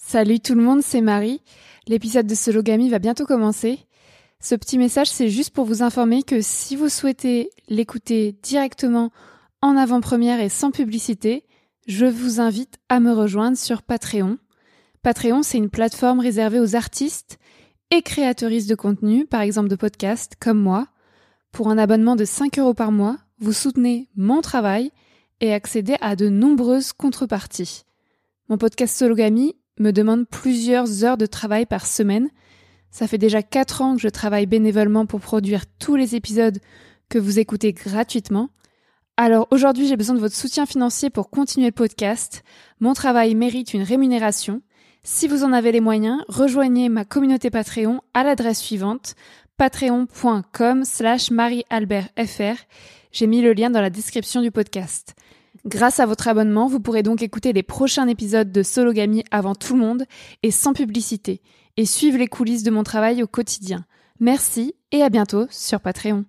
Salut tout le monde, c'est Marie. L'épisode de Sologamy va bientôt commencer. Ce petit message, c'est juste pour vous informer que si vous souhaitez l'écouter directement en avant-première et sans publicité, je vous invite à me rejoindre sur Patreon. Patreon, c'est une plateforme réservée aux artistes et créatrices de contenu, par exemple de podcasts comme moi. Pour un abonnement de 5 € par mois, vous soutenez mon travail et accédez à de nombreuses contreparties. Mon podcast Sologamy me demande plusieurs heures de travail par semaine. Ça fait déjà 4 ans que je travaille bénévolement pour produire tous les épisodes que vous écoutez gratuitement. Alors aujourd'hui, j'ai besoin de votre soutien financier pour continuer le podcast. Mon travail mérite une rémunération. Si vous en avez les moyens, rejoignez ma communauté Patreon à l'adresse suivante, patreon.com/mariealbertfr. J'ai mis le lien dans la description du podcast. Grâce à votre abonnement, vous pourrez donc écouter les prochains épisodes de Sologamy avant tout le monde et sans publicité, et suivre les coulisses de mon travail au quotidien. Merci et à bientôt sur Patreon.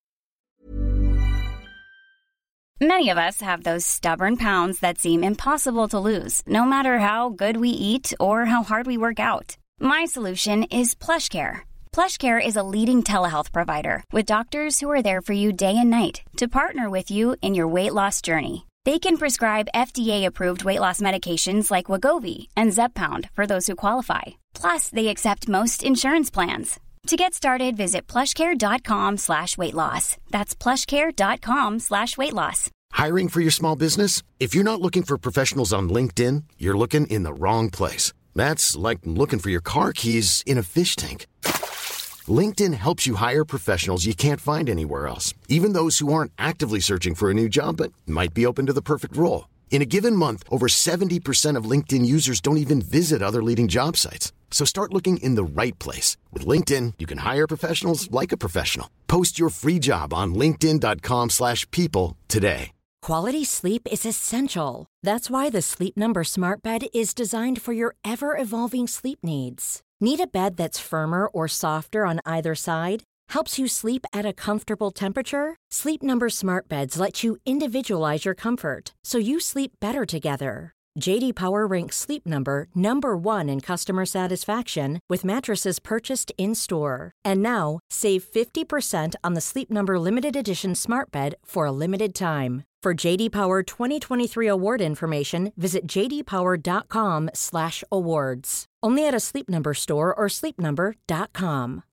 Many of us have those stubborn pounds that seem impossible to lose, no matter how good we eat or how hard we work out. My solution is PlushCare. PlushCare is a leading telehealth provider with doctors who are there for you day and night to partner with you in your weight loss journey. They can prescribe FDA-approved weight loss medications like Wegovy and Zepbound for those who qualify. Plus, they accept most insurance plans. To get started, visit plushcare.com/weightloss. That's plushcare.com/weightloss. Hiring for your small business? If you're not looking for professionals on LinkedIn, you're looking in the wrong place. That's like looking for your car keys in a fish tank. LinkedIn helps you hire professionals you can't find anywhere else, even those who aren't actively searching for a new job but might be open to the perfect role. In a given month, over 70% of LinkedIn users don't even visit other leading job sites. So start looking in the right place. With LinkedIn, you can hire professionals like a professional. Post your free job on linkedin.com/people today. Quality sleep is essential. That's why the Sleep Number Smart Bed is designed for your ever-evolving sleep needs. Need a bed that's firmer or softer on either side? Helps you sleep at a comfortable temperature? Sleep Number Smart Beds let you individualize your comfort, so you sleep better together. J.D. Power ranks Sleep Number number 1 in customer satisfaction with mattresses purchased in-store. And now, save 50% on the Sleep Number Limited Edition Smart Bed for a limited time. For J.D. Power 2023 award information, visit jdpower.com/awards. Only at a Sleep Number store or sleepnumber.com.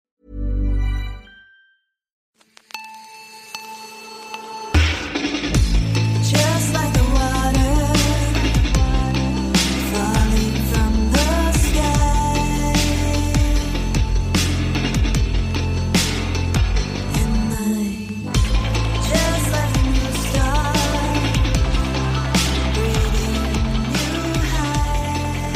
Just like the water falling from the sky, and I just like a new star breathing new high.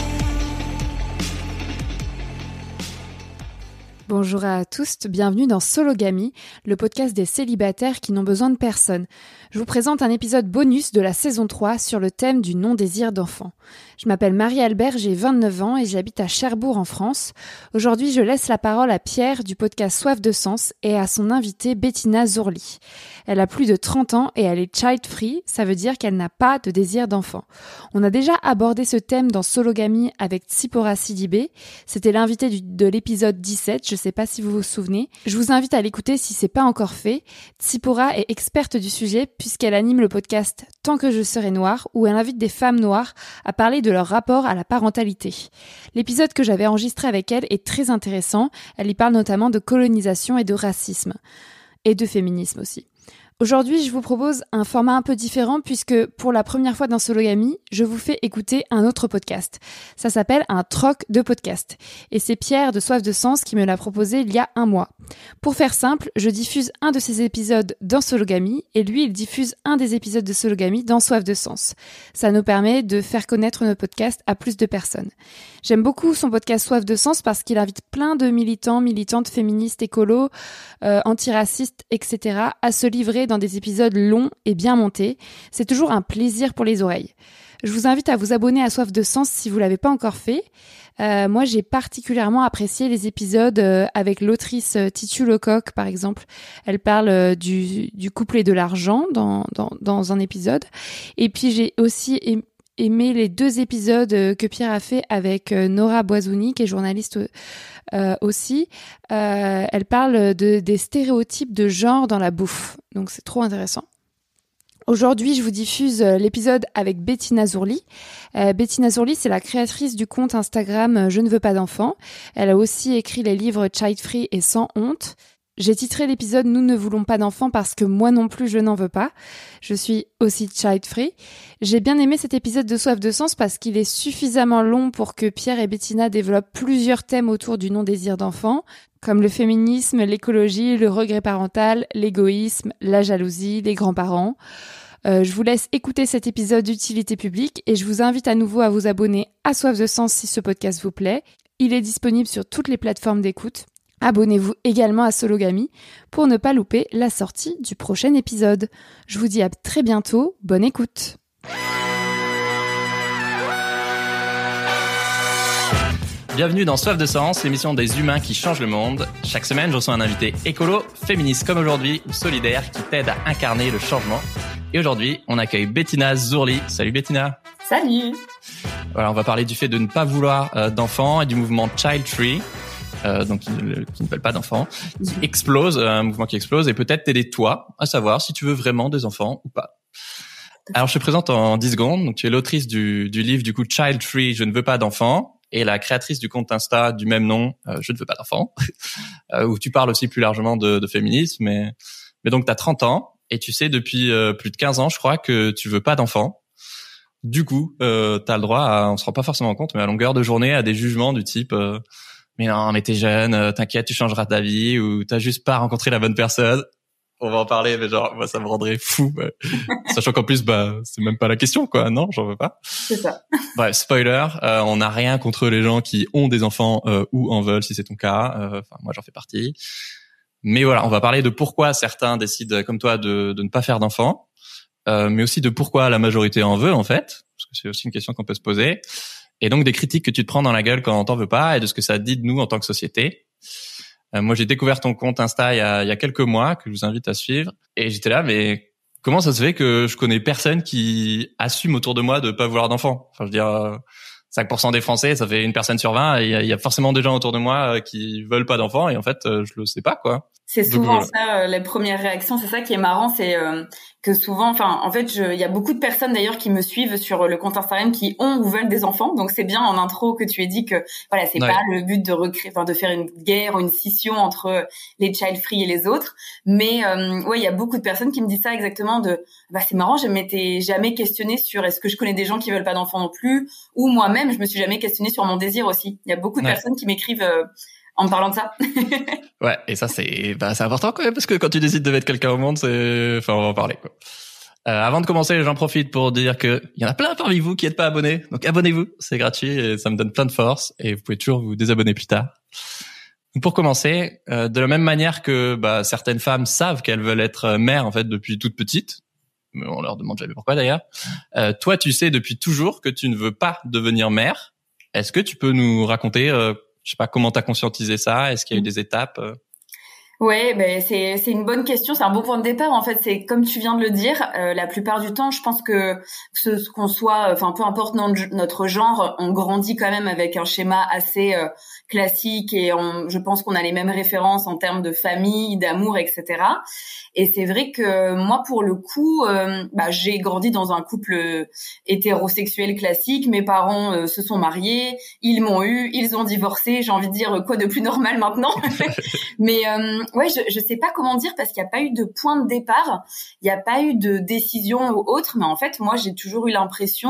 Bonjour à tous, bienvenue dans Sologamy, le podcast des célibataires qui n'ont besoin de personne. Je vous présente un épisode bonus de la saison 3 sur le thème du non-désir d'enfant. Je m'appelle Marie-Albert, j'ai 29 ans et j'habite à Cherbourg en France. Aujourd'hui, je laisse la parole à Pierre du podcast Soif de Sens et à son invitée Bettina Zourli. Elle a plus de 30 ans et elle est child-free, ça veut dire qu'elle n'a pas de désir d'enfant. On a déjà abordé ce thème dans Sologamy avec Tsipora Sidibé. C'était l'invité de l'épisode 17, je sais pas si vous vous souvenez. Je vous invite à l'écouter si c'est pas encore fait. Tsipora est experte du sujet puisqu'elle anime le podcast Tant que je serai noire où elle invite des femmes noires à parler de leur rapport à la parentalité. L'épisode que j'avais enregistré avec elle est très intéressant. Elle y parle notamment de colonisation et de racisme. Et de féminisme aussi. Aujourd'hui, je vous propose un format un peu différent puisque pour la première fois dans Sologamy, je vous fais écouter un autre podcast. Ça s'appelle un troc de podcast. Et c'est Pierre de Soif de Sens qui me l'a proposé il y a 1 mois. Pour faire simple, je diffuse un de ces épisodes dans Sologamy et lui, il diffuse un des épisodes de Sologamy dans Soif de Sens. Ça nous permet de faire connaître nos podcasts à plus de personnes. J'aime beaucoup son podcast Soif de Sens parce qu'il invite plein de militants, militantes féministes, écolos, antiracistes, etc. à se livrer dans des épisodes longs et bien montés. C'est toujours un plaisir pour les oreilles. Je vous invite à vous abonner à Soif de Sens si vous l'avez pas encore fait. Moi, j'ai particulièrement apprécié les épisodes avec l'autrice Titu Lecoq, par exemple. Elle parle du couple et de l'argent dans un épisode. Et puis, j'ai aussi aimé les 2 épisodes que Pierre a fait avec Nora Boisouni, qui est journaliste aussi. Elle parle des stéréotypes de genre dans la bouffe. Donc c'est trop intéressant. Aujourd'hui, je vous diffuse l'épisode avec Bettina Zourli. Bettina Zourli, c'est la créatrice du compte Instagram Je ne veux pas d'enfants. Elle a aussi écrit les livres Child Free et Sans honte. J'ai titré l'épisode Nous ne voulons pas d'enfants parce que moi non plus je n'en veux pas. Je suis aussi child free. J'ai bien aimé cet épisode de Soif de sens parce qu'il est suffisamment long pour que Pierre et Bettina développent plusieurs thèmes autour du non-désir d'enfant, comme le féminisme, l'écologie, le regret parental, l'égoïsme, la jalousie, les grands-parents. Je vous laisse écouter cet épisode d'utilité publique et je vous invite à nouveau à vous abonner à Soif de sens si ce podcast vous plaît. Il est disponible sur toutes les plateformes d'écoute. Abonnez-vous également à Sologamy pour ne pas louper la sortie du prochain épisode. Je vous dis à très bientôt, bonne écoute. Bienvenue dans Soif de Sens, l'émission des humains qui changent le monde. Chaque semaine, je reçois un invité écolo, féministe comme aujourd'hui, ou solidaire, qui t'aide à incarner le changement. Et aujourd'hui, on accueille Bettina Zourli. Salut Bettina. Salut. Voilà, on va parler du fait de ne pas vouloir d'enfants et du mouvement Child Free. Donc qui ne veulent pas d'enfants, qui explose, un mouvement qui explose, et peut-être t'aider toi à savoir si tu veux vraiment des enfants ou pas. Alors je te présente en 10 secondes. Donc tu es l'autrice du livre du coup Child Free, Je ne veux pas d'enfants, et la créatrice du compte Insta du même nom, Je ne veux pas d'enfants, où tu parles aussi plus largement de féminisme. Mais donc t'as 30 ans et tu sais depuis plus de 15 ans, je crois, que tu veux pas d'enfants. Du coup, t'as le droit à, on se rend pas forcément compte, mais à longueur de journée, à des jugements du type mais non, mais t'es jeune, t'inquiète, tu changeras ta vie, ou t'as juste pas rencontré la bonne personne. On va en parler, mais genre, moi, ça me rendrait fou. Sachant qu'en plus, c'est même pas la question, quoi. Non, j'en veux pas. C'est ça. Bref, spoiler, on n'a rien contre les gens qui ont des enfants ou en veulent, si c'est ton cas. Enfin, moi, j'en fais partie. Mais voilà, on va parler de pourquoi certains décident, comme toi, de ne pas faire d'enfants, mais aussi de pourquoi la majorité en veut, en fait, parce que c'est aussi une question qu'on peut se poser. Et donc des critiques que tu te prends dans la gueule quand t'en veux pas, et de ce que ça dit de nous en tant que société. Moi, j'ai découvert ton compte Insta il y a quelques mois, que je vous invite à suivre, et j'étais là, mais comment ça se fait que je connais personne qui assume autour de moi de pas vouloir d'enfants? Enfin, je veux dire, 5% des Français, ça fait une personne sur 20, et il y a forcément des gens autour de moi qui veulent pas d'enfants, et en fait, je le sais pas, quoi. C'est souvent Donc, ça, les premières réactions. C'est ça qui est marrant, c'est que souvent, enfin, en fait, il y a beaucoup de personnes d'ailleurs qui me suivent sur le compte Instagram qui ont ou veulent des enfants. Donc c'est bien en intro que tu aies dit que voilà, c'est pas le but de recréer, enfin, de faire une guerre ou une scission entre les child free et les autres. Mais ouais, il y a beaucoup de personnes qui me disent ça exactement. C'est marrant, je m'étais jamais questionnée sur est-ce que je connais des gens qui veulent pas d'enfants non plus, ou moi-même, je me suis jamais questionnée sur mon désir aussi. Il y a beaucoup de personnes qui m'écrivent en me parlant de ça. Ouais, et ça c'est important quand même, parce que quand tu décides de mettre quelqu'un au monde, on va en parler, quoi. Avant de commencer, j'en profite pour dire que il y en a plein parmi vous qui n'êtes pas abonnés. Donc abonnez-vous, c'est gratuit et ça me donne plein de force, et vous pouvez toujours vous désabonner plus tard. Donc pour commencer, de la même manière que certaines femmes savent qu'elles veulent être mères en fait depuis toute petite, mais on leur demande jamais pourquoi d'ailleurs. Toi, tu sais depuis toujours que tu ne veux pas devenir mère. Est-ce que tu peux nous raconter je sais pas comment t'as conscientisé ça? Est-ce qu'il y a eu des étapes? Ouais, c'est une bonne question, c'est un bon point de départ en fait. C'est comme tu viens de le dire, la plupart du temps, je pense que ce qu'on soit, enfin peu importe notre genre, on grandit quand même avec un schéma assez classique, et je pense qu'on a les mêmes références en termes de famille, d'amour, etc. Et c'est vrai que moi, pour le coup, j'ai grandi dans un couple hétérosexuel classique. Mes parents se sont mariés, ils m'ont eu, ils ont divorcé. J'ai envie de dire quoi de plus normal maintenant. Mais ouais, je sais pas comment dire, parce qu'il n'y a pas eu de point de départ, il n'y a pas eu de décision ou autre. Mais en fait, moi, j'ai toujours eu l'impression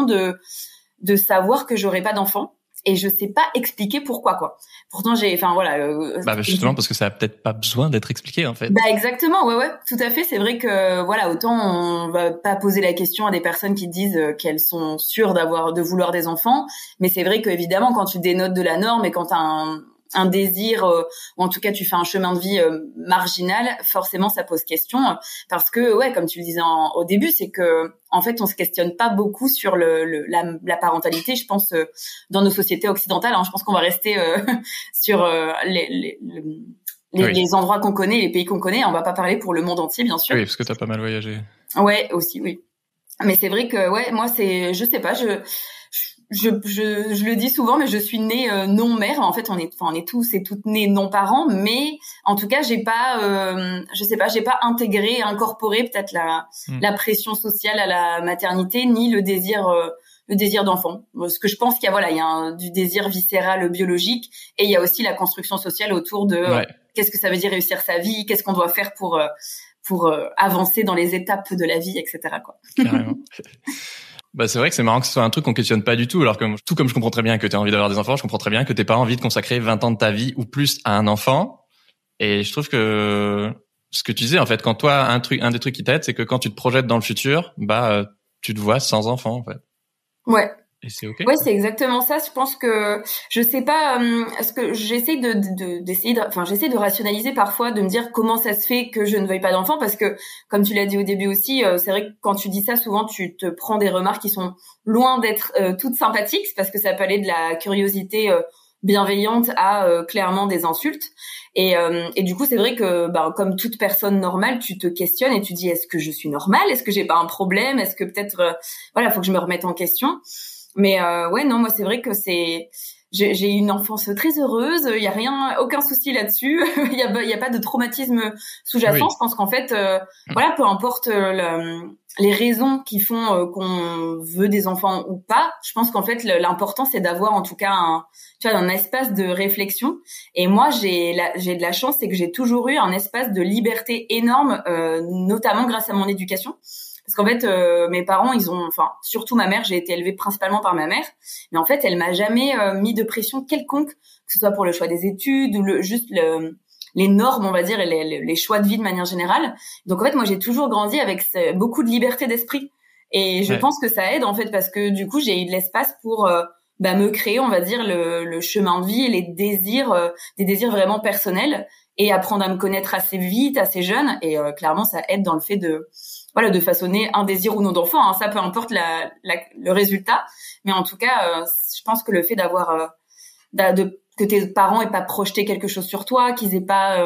de savoir que j'aurais pas d'enfant. Et je sais pas expliquer pourquoi, quoi. Pourtant, justement, parce que ça a peut-être pas besoin d'être expliqué, en fait. Exactement, ouais, tout à fait. C'est vrai que, voilà, autant on va pas poser la question à des personnes qui disent qu'elles sont sûres de vouloir des enfants. Mais c'est vrai qu'évidemment, quand tu dénotes de la norme et quand t'as un désir, ou en tout cas tu fais un chemin de vie marginal, forcément ça pose question, parce que ouais, comme tu le disais au début, c'est que en fait on se questionne pas beaucoup sur la parentalité, je pense, dans nos sociétés occidentales, hein. Je pense qu'on va rester sur les endroits qu'on connaît, les pays qu'on connaît. On va pas parler pour le monde entier, bien sûr. Oui, parce que t'as pas mal voyagé. Ouais, aussi, oui. Mais c'est vrai que ouais, moi c'est, je sais pas, je le dis souvent, mais je suis née non mère. En fait, on est tous et toutes nés non parents, mais en tout cas, j'ai pas, je sais pas, j'ai pas incorporé peut-être la pression sociale à la maternité, ni le désir d'enfant. Parce que je pense qu'il y a, il y a du désir viscéral biologique, et il y a aussi la construction sociale autour de qu'est-ce que ça veut dire réussir sa vie, qu'est-ce qu'on doit faire pour avancer dans les étapes de la vie, etc. quoi. Carrément. Bah, c'est vrai que c'est marrant que ce soit un truc qu'on questionne pas du tout, alors que tout comme je comprends très bien que tu as envie d'avoir des enfants, je comprends très bien que t'aies pas envie de consacrer 20 ans de ta vie ou plus à un enfant. Et je trouve que ce que tu disais, en fait, quand toi, un des trucs qui t'aide, c'est que quand tu te projettes dans le futur, tu te vois sans enfant, en fait. Ouais. Et c'est ok. Ouais, c'est exactement ça. Je pense que je sais pas, est-ce que j'essaie j'essaie de rationaliser parfois, de me dire comment ça se fait que je ne veuille pas d'enfant, parce que comme tu l'as dit au début aussi, c'est vrai que quand tu dis ça, souvent tu te prends des remarques qui sont loin d'être toutes sympathiques, parce que ça peut aller de la curiosité bienveillante à clairement des insultes. Et du coup, c'est vrai que comme toute personne normale, tu te questionnes et tu dis, est-ce que je suis normale? Est-ce que j'ai pas un problème? Est-ce que peut-être faut que je me remette en question? Mais ouais, non, moi c'est vrai que j'ai eu une enfance très heureuse, il y a rien, aucun souci là-dessus. Il y a pas de traumatisme sous-jacent. Oui. Je pense qu'en fait peu importe les raisons qui font qu'on veut des enfants ou pas, je pense qu'en fait l'important c'est d'avoir en tout cas un espace de réflexion. Et moi j'ai de la chance, c'est que j'ai toujours eu un espace de liberté énorme, notamment grâce à mon éducation. Parce qu'en fait, mes parents, surtout ma mère, j'ai été élevée principalement par ma mère, mais en fait, elle m'a jamais mis de pression quelconque, que ce soit pour le choix des études ou les normes, on va dire, et les choix de vie de manière générale. Donc en fait, moi, j'ai toujours grandi avec beaucoup de liberté d'esprit, et je pense que ça aide en fait, parce que du coup, j'ai eu de l'espace pour me créer, on va dire, le chemin de vie et des désirs vraiment personnels, et apprendre à me connaître assez vite, assez jeune, et clairement, ça aide dans le fait de façonner un désir ou non d'enfant, hein. Ça, peu importe le résultat. Mais en tout cas, je pense que le fait d'avoir, que tes parents aient pas projeté quelque chose sur toi, qu'ils aient pas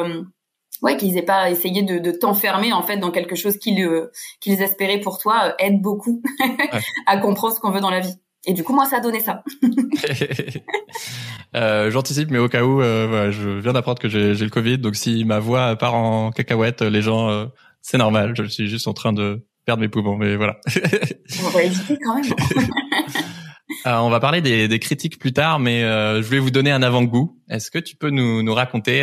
essayé de t'enfermer, en fait, dans quelque chose qu'ils espéraient pour toi, aide beaucoup à comprendre ce qu'on veut dans la vie. Et du coup, moi, ça a donné ça. J'anticipe, mais au cas où, je viens d'apprendre que j'ai le Covid, donc si ma voix part en cacahuète, les gens... c'est normal, je suis juste en train de perdre mes poumons, mais voilà. On va éviter quand même. On va parler des critiques plus tard, mais je voulais vous donner un avant-goût. Est-ce que tu peux nous raconter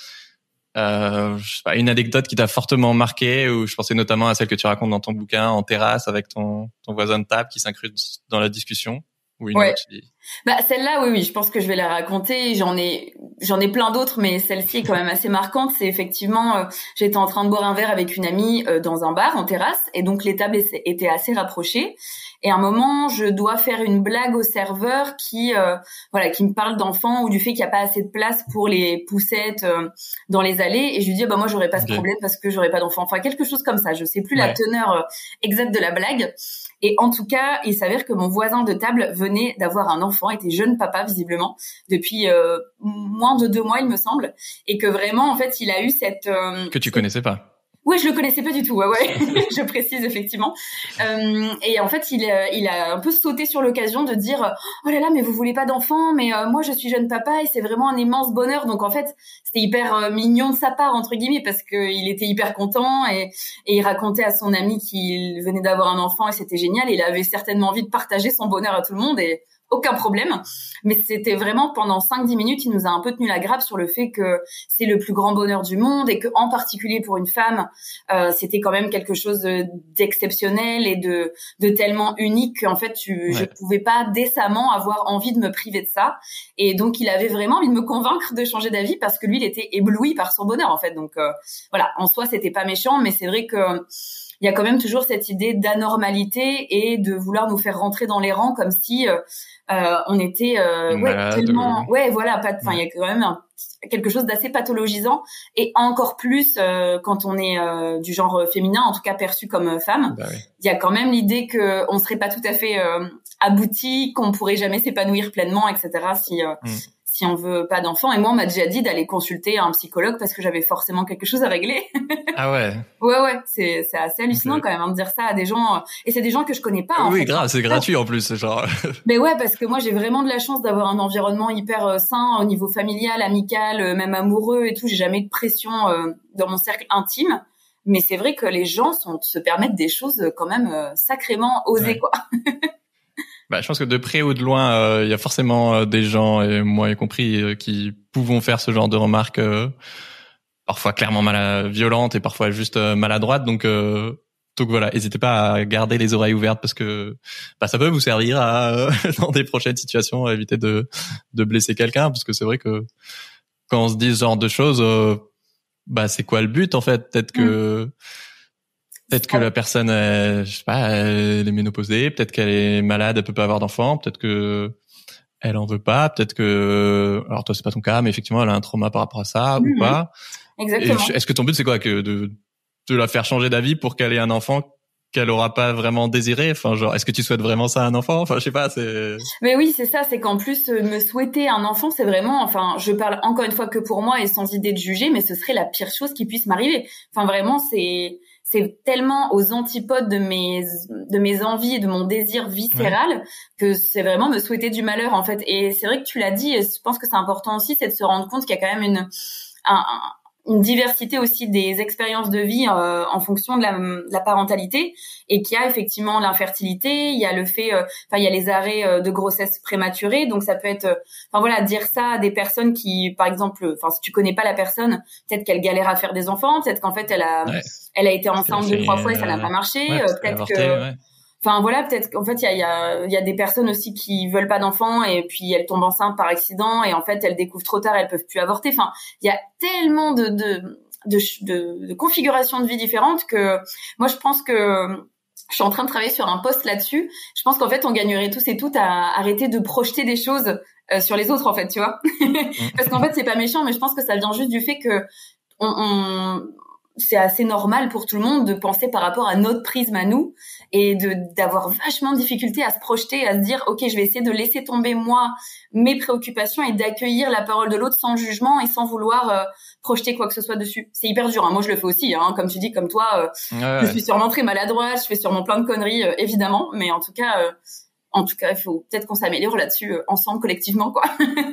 je sais pas, une anecdote qui t'a fortement marqué, ou je pensais notamment à celle que tu racontes dans ton bouquin, en terrasse avec ton voisin de table qui s'incruste dans la discussion, ou une autre celle-là, oui, je pense que je vais la raconter. J'en ai plein d'autres, mais celle-ci est quand même assez marquante. C'est effectivement, j'étais en train de boire un verre avec une amie dans un bar en terrasse, et donc les tables étaient assez rapprochées. Et à un moment, je dois faire une blague au serveur qui me parle d'enfants, ou du fait qu'il n'y a pas assez de place pour les poussettes dans les allées. Et je lui dis, moi, j'aurais pas ce problème parce que j'aurais pas d'enfants. Enfin, quelque chose comme ça. Je sais plus la teneur exacte de la blague. Et en tout cas, il s'avère que mon voisin de table venait d'avoir un enfant, était jeune papa visiblement, depuis moins de 2 mois, il me semble. Et que vraiment, en fait, il a eu cette... que tu connaissais pas. Oui, je le connaissais pas du tout. Ouais. Je précise effectivement. Et en fait, il a un peu sauté sur l'occasion de dire, oh là là, mais vous voulez pas d'enfant, mais moi je suis jeune papa et c'est vraiment un immense bonheur. Donc en fait, c'était hyper mignon de sa part, entre guillemets, parce que il était hyper content, et il racontait à son ami qu'il venait d'avoir un enfant et c'était génial. Il avait certainement envie de partager son bonheur à tout le monde, et aucun problème. Mais c'était vraiment pendant 5-10 minutes, il nous a un peu tenu la grappe sur le fait que c'est le plus grand bonheur du monde, et que en particulier pour une femme, c'était quand même quelque chose d'exceptionnel et de tellement unique qu'en fait je pouvais pas décemment avoir envie de me priver de ça. Et donc il avait vraiment envie de me convaincre de changer d'avis, parce que lui il était ébloui par son bonheur en fait. Donc en soi c'était pas méchant, mais c'est vrai que il y a quand même toujours cette idée d'anormalité et de vouloir nous faire rentrer dans les rangs comme si on était tellement il y a quand même quelque chose d'assez pathologisant, et encore plus quand on est du genre féminin, en tout cas perçu comme femme. Il y a quand même l'idée que on serait pas tout à fait abouti, qu'on pourrait jamais s'épanouir pleinement, etc. si si on veut pas d'enfants. Et moi, on m'a déjà dit d'aller consulter un psychologue parce que j'avais forcément quelque chose à régler. Ah ouais. Ouais, c'est assez hallucinant quand même de dire ça à des gens. Et c'est des gens que je connais pas. En Oui, fait. grave, c'est gratuit en plus, genre. Mais ouais, parce que moi, j'ai vraiment de la chance d'avoir un environnement hyper sain au niveau familial, amical, même amoureux et tout. J'ai jamais eu de pression dans mon cercle intime. Mais c'est vrai que les gens se permettent des choses quand même sacrément osées, quoi. Bah, je pense que de près ou de loin, il y a forcément des gens, et moi y compris, qui pouvons faire ce genre de remarques, parfois clairement violentes et parfois juste maladroites. Donc voilà, n'hésitez pas à garder les oreilles ouvertes parce que ça peut vous servir dans des prochaines situations, à éviter de blesser quelqu'un, parce que c'est vrai que quand on se dit ce genre de choses, c'est quoi le but en fait? Peut-être que la personne, je sais pas, elle est ménopausée, peut-être qu'elle est malade, elle peut pas avoir d'enfant, peut-être que elle en veut pas, peut-être que, alors toi c'est pas ton cas, mais effectivement elle a un trauma par rapport à ça ou pas. Exactement. Et est-ce que ton but c'est quoi, que de la faire changer d'avis pour qu'elle ait un enfant qu'elle aura pas vraiment désiré? Enfin, genre, est-ce que tu souhaites vraiment ça à un enfant? Enfin, je sais pas, c'est... Mais oui, c'est ça, c'est qu'en plus, me souhaiter un enfant, c'est vraiment, enfin, je parle encore une fois que pour moi et sans idée de juger, mais ce serait la pire chose qui puisse m'arriver. Enfin, vraiment, c'est tellement aux antipodes de mes envies et de mon désir viscéral que c'est vraiment me souhaiter du malheur, en fait. Et c'est vrai que tu l'as dit, et je pense que c'est important aussi, c'est de se rendre compte qu'il y a quand même une diversité aussi des expériences de vie en fonction de la parentalité, et qu'il y a effectivement l'infertilité, il y a le fait, il y a les arrêts de grossesse prématurée, donc ça peut être, dire ça à des personnes qui, par exemple, si tu connais pas la personne, peut-être qu'elle galère à faire des enfants, peut-être qu'en fait elle a été enceinte 2-3 fois et ça n'a pas marché, peut-être que... peut-être qu'en fait, il y a des personnes aussi qui veulent pas d'enfants et puis elles tombent enceintes par accident et en fait, elles découvrent trop tard, elles peuvent plus avorter. Enfin, il y a tellement de configurations de vie différentes que moi, je pense que je suis en train de travailler sur un post là-dessus. Je pense qu'en fait, on gagnerait tous et toutes à arrêter de projeter des choses sur les autres, en fait, tu vois. Parce qu'en fait, c'est pas méchant, mais je pense que ça vient juste du fait que c'est assez normal pour tout le monde de penser par rapport à notre prisme à nous et d'avoir vachement de difficulté à se projeter, à se dire ok, je vais essayer de laisser tomber moi mes préoccupations et d'accueillir la parole de l'autre sans jugement et sans vouloir projeter quoi que ce soit dessus. C'est hyper dur, hein. Moi je le fais aussi, hein. Comme tu dis, comme toi, je suis sûrement très maladroite, je fais sûrement plein de conneries évidemment, mais en tout cas il faut peut-être qu'on s'améliore là-dessus ensemble collectivement, quoi.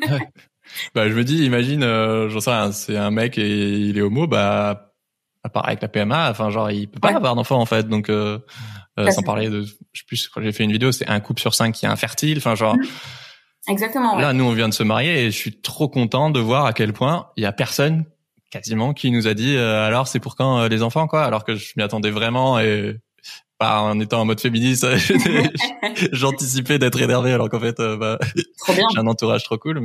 Je me dis, imagine, j'en sais rien, c'est un mec et il est homo, à part avec la PMA, il peut pas avoir d'enfant en fait, donc sans parler de, je sais plus, quand j'ai fait une vidéo, c'est 1 couple sur 5 qui est infertile, Exactement. Là, nous on vient de se marier et je suis trop content de voir à quel point il y a personne quasiment qui nous a dit alors c'est pour quand les enfants, quoi, alors que je m'y attendais vraiment, et en étant en mode féministe, j'anticipais d'être énervé alors qu'en fait trop bien. J'ai un entourage trop cool,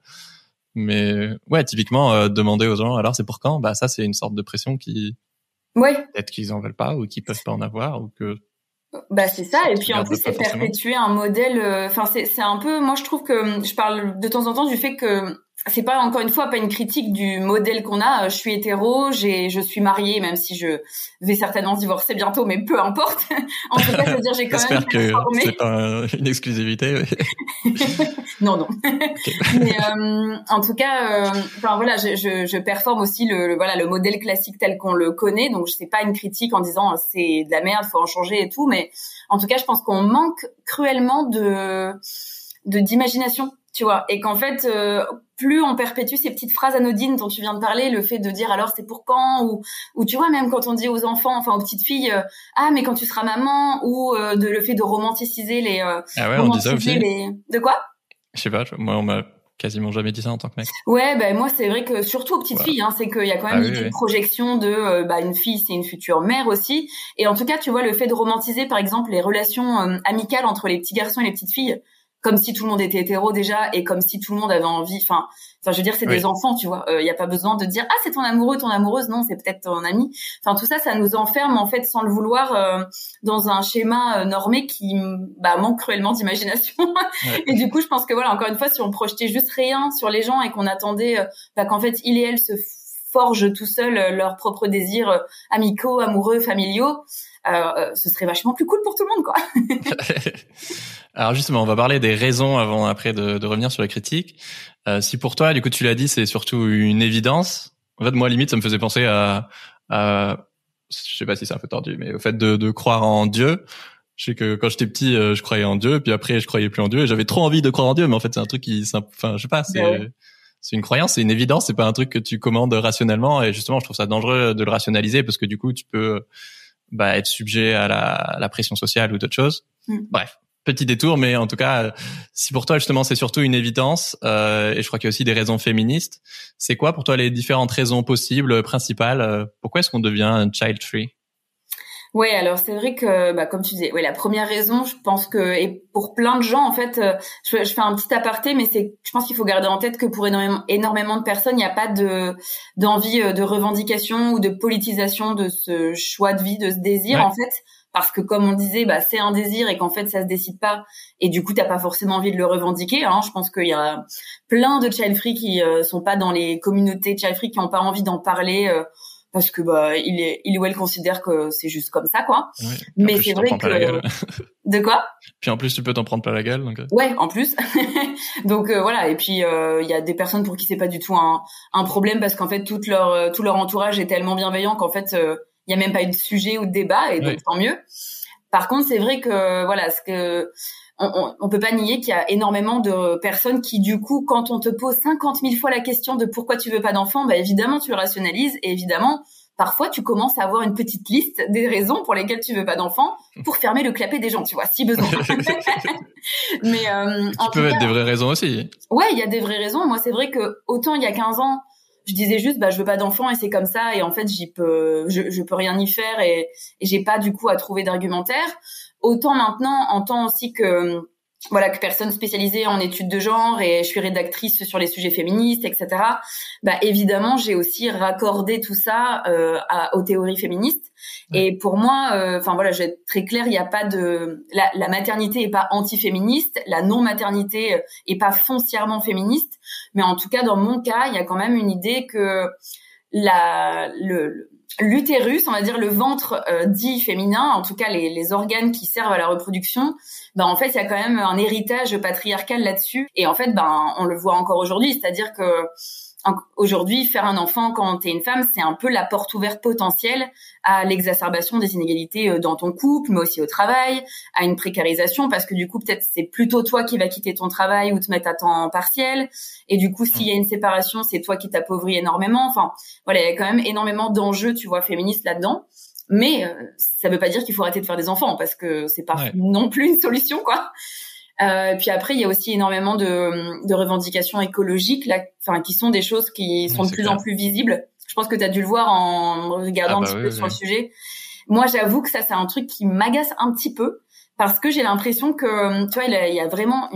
mais ouais, typiquement demander aux gens alors c'est pour quand, ça c'est une sorte de pression qui peut-être qu'ils en veulent pas ou qu'ils peuvent pas en avoir, ou que c'est ça, et puis en plus c'est perpétuer un modèle, c'est un peu, moi je trouve que je parle de temps en temps du fait que c'est pas, encore une fois, pas une critique du modèle qu'on a. Je suis hétéro, je suis mariée, même si je vais certainement divorcer bientôt, mais peu importe. En tout cas, je veux dire, j'ai quand même performé. J'espère que c'est pas une exclusivité. Non. Okay. Mais en tout cas, je performe aussi le modèle classique tel qu'on le connaît. Donc c'est pas une critique en disant c'est de la merde, faut en changer et tout. Mais en tout cas, je pense qu'on manque cruellement d'imagination, tu vois, et qu'en fait plus on perpétue ces petites phrases anodines dont tu viens de parler, le fait de dire alors c'est pour quand, ou tu vois, même quand on dit aux enfants, aux petites filles mais quand tu seras maman, ou le fait de romanticiser les on dit ça aussi. De quoi? Je sais pas, moi on m'a quasiment jamais dit ça en tant que mec. Ouais, moi c'est vrai que surtout aux petites filles, c'est qu'il y a quand même une projection de une fille c'est une future mère aussi, et en tout cas tu vois, le fait de romantiser par exemple les relations amicales entre les petits garçons et les petites filles, comme si tout le monde était hétéro déjà, et comme si tout le monde avait envie, je veux dire, c'est des enfants, tu vois, y a pas besoin de dire c'est ton amoureux, ton amoureuse, non, c'est peut-être ton ami. Tout ça, ça nous enferme en fait sans le vouloir dans un schéma normé qui manque cruellement d'imagination. Et du coup, je pense que voilà, encore une fois, si on projetait juste rien sur les gens et qu'on attendait qu'en fait il et elle se forgent tout seuls leurs propres désirs amicaux, amoureux, familiaux, ce serait vachement plus cool pour tout le monde, quoi. Alors justement, on va parler des raisons avant après de revenir sur la critique. Si pour toi, du coup, tu l'as dit, c'est surtout une évidence. En fait, moi, limite, ça me faisait penser à je sais pas si c'est un peu tordu, mais au fait de croire en Dieu. Je sais que quand j'étais petit, je croyais en Dieu, puis après, je croyais plus en Dieu, et j'avais trop envie de croire en Dieu, mais en fait, c'est un truc enfin, je sais pas, c'est une croyance, c'est une évidence, c'est pas un truc que tu commandes rationnellement, et justement, je trouve ça dangereux de le rationaliser, parce que du coup, tu peux, être sujet à la pression sociale ou d'autres choses. Bref. Petit détour, mais en tout cas, si pour toi justement c'est surtout une évidence, et je crois qu'il y a aussi des raisons féministes, c'est quoi pour toi les différentes raisons possibles, principales, pourquoi est-ce qu'on devient child free? Ouais, alors c'est vrai que, comme tu disais, ouais, la première raison, je pense que, et pour plein de gens, en fait, je fais un petit aparté, mais je pense qu'il faut garder en tête que pour énormément de personnes, il n'y a pas d'envie de revendication ou de politisation de ce choix de vie, de ce désir, en fait. Parce que comme on disait, c'est un désir et qu'en fait ça se décide pas et du coup t'as pas forcément envie de le revendiquer. Je pense qu'il y a plein de child free qui sont pas dans les communautés child free, qui ont pas envie d'en parler parce que il ou elle considère que c'est juste comme ça quoi. Ouais, mais c'est vrai que de quoi? Puis en plus tu peux t'en prendre plein la gueule donc. Ouais, en plus. Donc voilà, et puis il y a des personnes pour qui c'est pas du tout un problème parce qu'en fait tout leur entourage est tellement bienveillant qu'en fait il y a même pas eu de sujet ou de débat et donc tant mieux. Par contre, c'est vrai que voilà, on peut pas nier qu'il y a énormément de personnes qui du coup, quand on te pose 50 000 fois la question de pourquoi tu veux pas d'enfant, évidemment tu le rationalises et évidemment parfois tu commences à avoir une petite liste des raisons pour lesquelles tu veux pas d'enfant pour fermer le clapet des gens, tu vois, si besoin. Mais qui peuvent être des vraies raisons aussi. Ouais, il y a des vraies raisons. Moi, c'est vrai que autant il y a 15 ans je disais juste je veux pas d'enfant et c'est comme ça et en fait je peux rien y faire et j'ai pas du coup à trouver d'argumentaire. Autant maintenant en tant aussi que que personne spécialisée en études de genre et je suis rédactrice sur les sujets féministes, etc. Évidemment j'ai aussi raccordé tout ça aux théories féministes. Et pour moi, je vais être très claire, il y a pas de la maternité est pas anti-féministe, la non-maternité est pas foncièrement féministe, mais en tout cas dans mon cas, il y a quand même une idée que l'utérus, on va dire le ventre dit féminin, en tout cas les organes qui servent à la reproduction, en fait, il y a quand même un héritage patriarcal là-dessus et en fait on le voit encore aujourd'hui, c'est-à-dire que aujourd'hui, faire un enfant quand t'es une femme, c'est un peu la porte ouverte potentielle à l'exacerbation des inégalités dans ton couple, mais aussi au travail, à une précarisation, parce que du coup, peut-être c'est plutôt toi qui vas quitter ton travail ou te mettre à temps partiel. Et du coup, s'il y a une séparation, c'est toi qui t'appauvris énormément. Enfin, voilà, il y a quand même énormément d'enjeux, tu vois, féministes là-dedans. Mais ça veut pas dire qu'il faut arrêter de faire des enfants, parce que c'est pas non plus une solution, quoi. Puis après, il y a aussi énormément de revendications écologiques là, qui sont des choses qui sont de plus en plus visibles. Je pense que tu as dû le voir en regardant un petit peu sur le sujet. Moi, j'avoue que ça, c'est un truc qui m'agace un petit peu parce que j'ai l'impression que, tu vois, il y a vraiment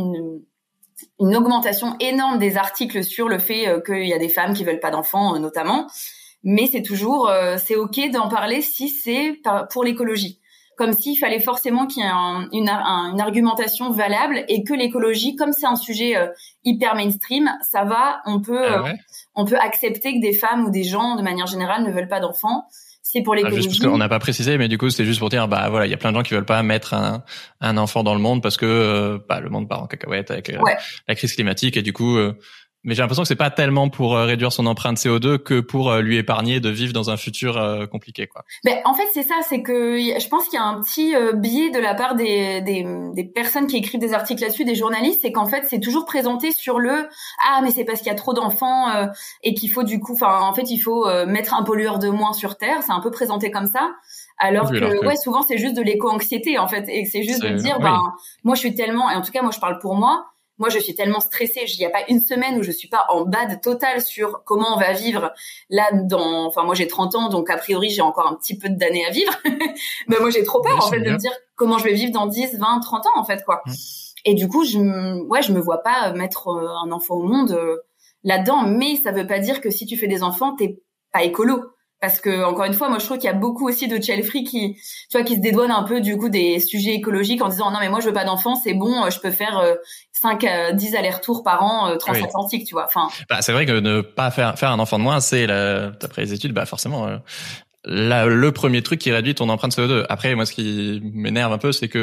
une augmentation énorme des articles sur le fait qu'il y a des femmes qui veulent pas d'enfants, notamment. Mais c'est toujours, c'est ok d'en parler si c'est pour l'écologie. Comme s'il fallait forcément qu'il y ait une argumentation valable et que l'écologie, comme c'est un sujet hyper mainstream, ça va, on peut accepter que des femmes ou des gens de manière générale ne veulent pas d'enfants. C'est pour l'écologie. Juste parce qu'on n'a pas précisé, mais du coup c'était juste pour dire, il y a plein de gens qui veulent pas mettre un enfant dans le monde parce que le monde part en cacahuète avec la crise climatique et du coup. Mais j'ai l'impression que c'est pas tellement pour réduire son empreinte CO2 que pour lui épargner de vivre dans un futur compliqué, quoi. En fait, c'est ça, c'est que je pense qu'il y a un petit biais de la part des personnes qui écrivent des articles là-dessus, des journalistes, c'est qu'en fait, c'est toujours présenté sur mais c'est parce qu'il y a trop d'enfants et qu'il faut du coup, en fait, il faut mettre un pollueur de moins sur Terre. C'est un peu présenté comme ça. Alors que souvent c'est juste de l'éco-anxiété en fait, et c'est juste de dire moi je suis tellement, et en tout cas moi je parle pour moi. Moi, je suis tellement stressée. Il n'y a pas une semaine où je suis pas en bad total sur comment on va vivre là moi, j'ai 30 ans, donc a priori, j'ai encore un petit peu d'années à vivre. Mais moi, j'ai trop peur, en fait, de me dire comment je vais vivre dans 10, 20, 30 ans, en fait, quoi. Et du coup, je me vois pas mettre un enfant au monde là-dedans. Mais ça veut pas dire que si tu fais des enfants, t'es pas écolo. Parce que, encore une fois, moi, je trouve qu'il y a beaucoup aussi de child free qui se dédouanent un peu, du coup, des sujets écologiques en disant, non, mais moi, je veux pas d'enfants, c'est bon, je peux faire 5 à 10 allers-retours par an transatlantiques, tu vois. C'est vrai que ne pas faire un enfant de moins, c'est d'après les études, forcément, le premier truc qui réduit ton empreinte CO2. Après, moi, ce qui m'énerve un peu, c'est que,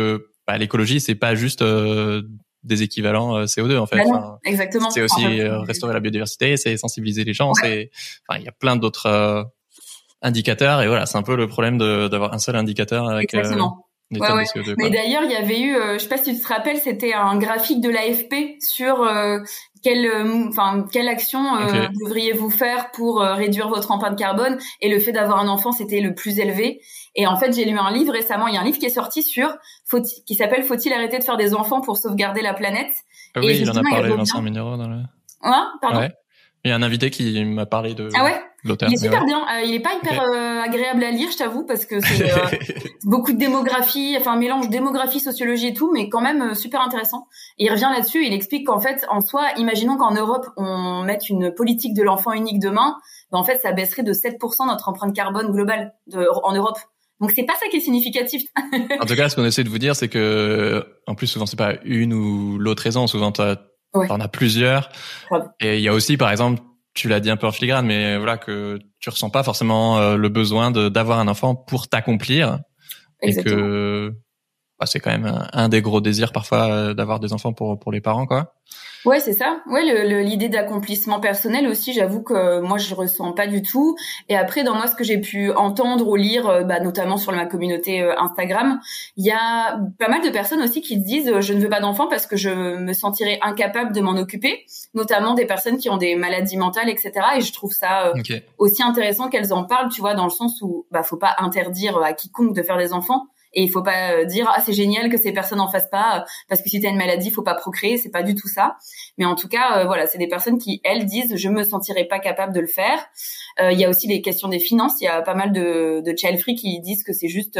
l'écologie, c'est pas juste des équivalents CO2 en fait. Bah non, exactement. C'est aussi En fait, restaurer la biodiversité, c'est sensibiliser les gens, il y a plein d'autres indicateurs et voilà, c'est un peu le problème d'avoir un seul indicateur avec exactement. des tonnes de CO2. Mais Quoi. d'ailleurs, il y avait eu, je sais pas si tu te rappelles, c'était un graphique de l'AFP sur quelle action devriez-vous faire pour réduire votre empreinte carbone, et le fait d'avoir un enfant, c'était le plus élevé. Et en fait, j'ai lu un livre récemment, il y a un livre qui est sorti qui s'appelle Faut-il arrêter de faire des enfants pour sauvegarder la planète? Ah oui, il en a parlé, revient. Vincent Minero dans le... Hein, pardon. Ouais. Il y a un invité qui m'a parlé de l'auteur. Il est super bien. Il est pas hyper agréable à lire, je t'avoue, parce que c'est beaucoup de démographie, enfin un mélange démographie, sociologie et tout, mais quand même super intéressant. Et il revient là-dessus, il explique qu'en fait, en soi, imaginons qu'en Europe, on mette une politique de l'enfant unique demain, ben en fait, ça baisserait de 7% notre empreinte carbone globale en Europe. Donc c'est pas ça qui est significatif. En tout cas, ce qu'on essaie de vous dire, c'est que, en plus, souvent, c'est pas une ou l'autre raison. Souvent, t'en as plusieurs. Ouais. Et il y a aussi, par exemple, tu l'as dit un peu en filigrane, mais voilà, que tu ressens pas forcément le besoin d'avoir un enfant pour t'accomplir. Exactement. Et que c'est quand même un des gros désirs parfois d'avoir des enfants pour les parents, quoi. Ouais, c'est ça. Ouais, l'idée d'accomplissement personnel aussi, j'avoue que moi je ressens pas du tout. Et après, dans moi, ce que j'ai pu entendre ou lire, notamment sur ma communauté Instagram, il y a pas mal de personnes aussi qui disent je ne veux pas d'enfant parce que je me sentirais incapable de m'en occuper, notamment des personnes qui ont des maladies mentales, etc. Et je trouve ça aussi intéressant qu'elles en parlent, tu vois, dans le sens où faut pas interdire à quiconque de faire des enfants. Et il faut pas dire c'est génial que ces personnes en fassent pas parce que si t'as une maladie faut pas procréer, c'est pas du tout ça. Mais en tout cas voilà, c'est des personnes qui elles disent je me sentirais pas capable de le faire. Il y a aussi les questions des finances, il y a pas mal de child free qui disent que c'est juste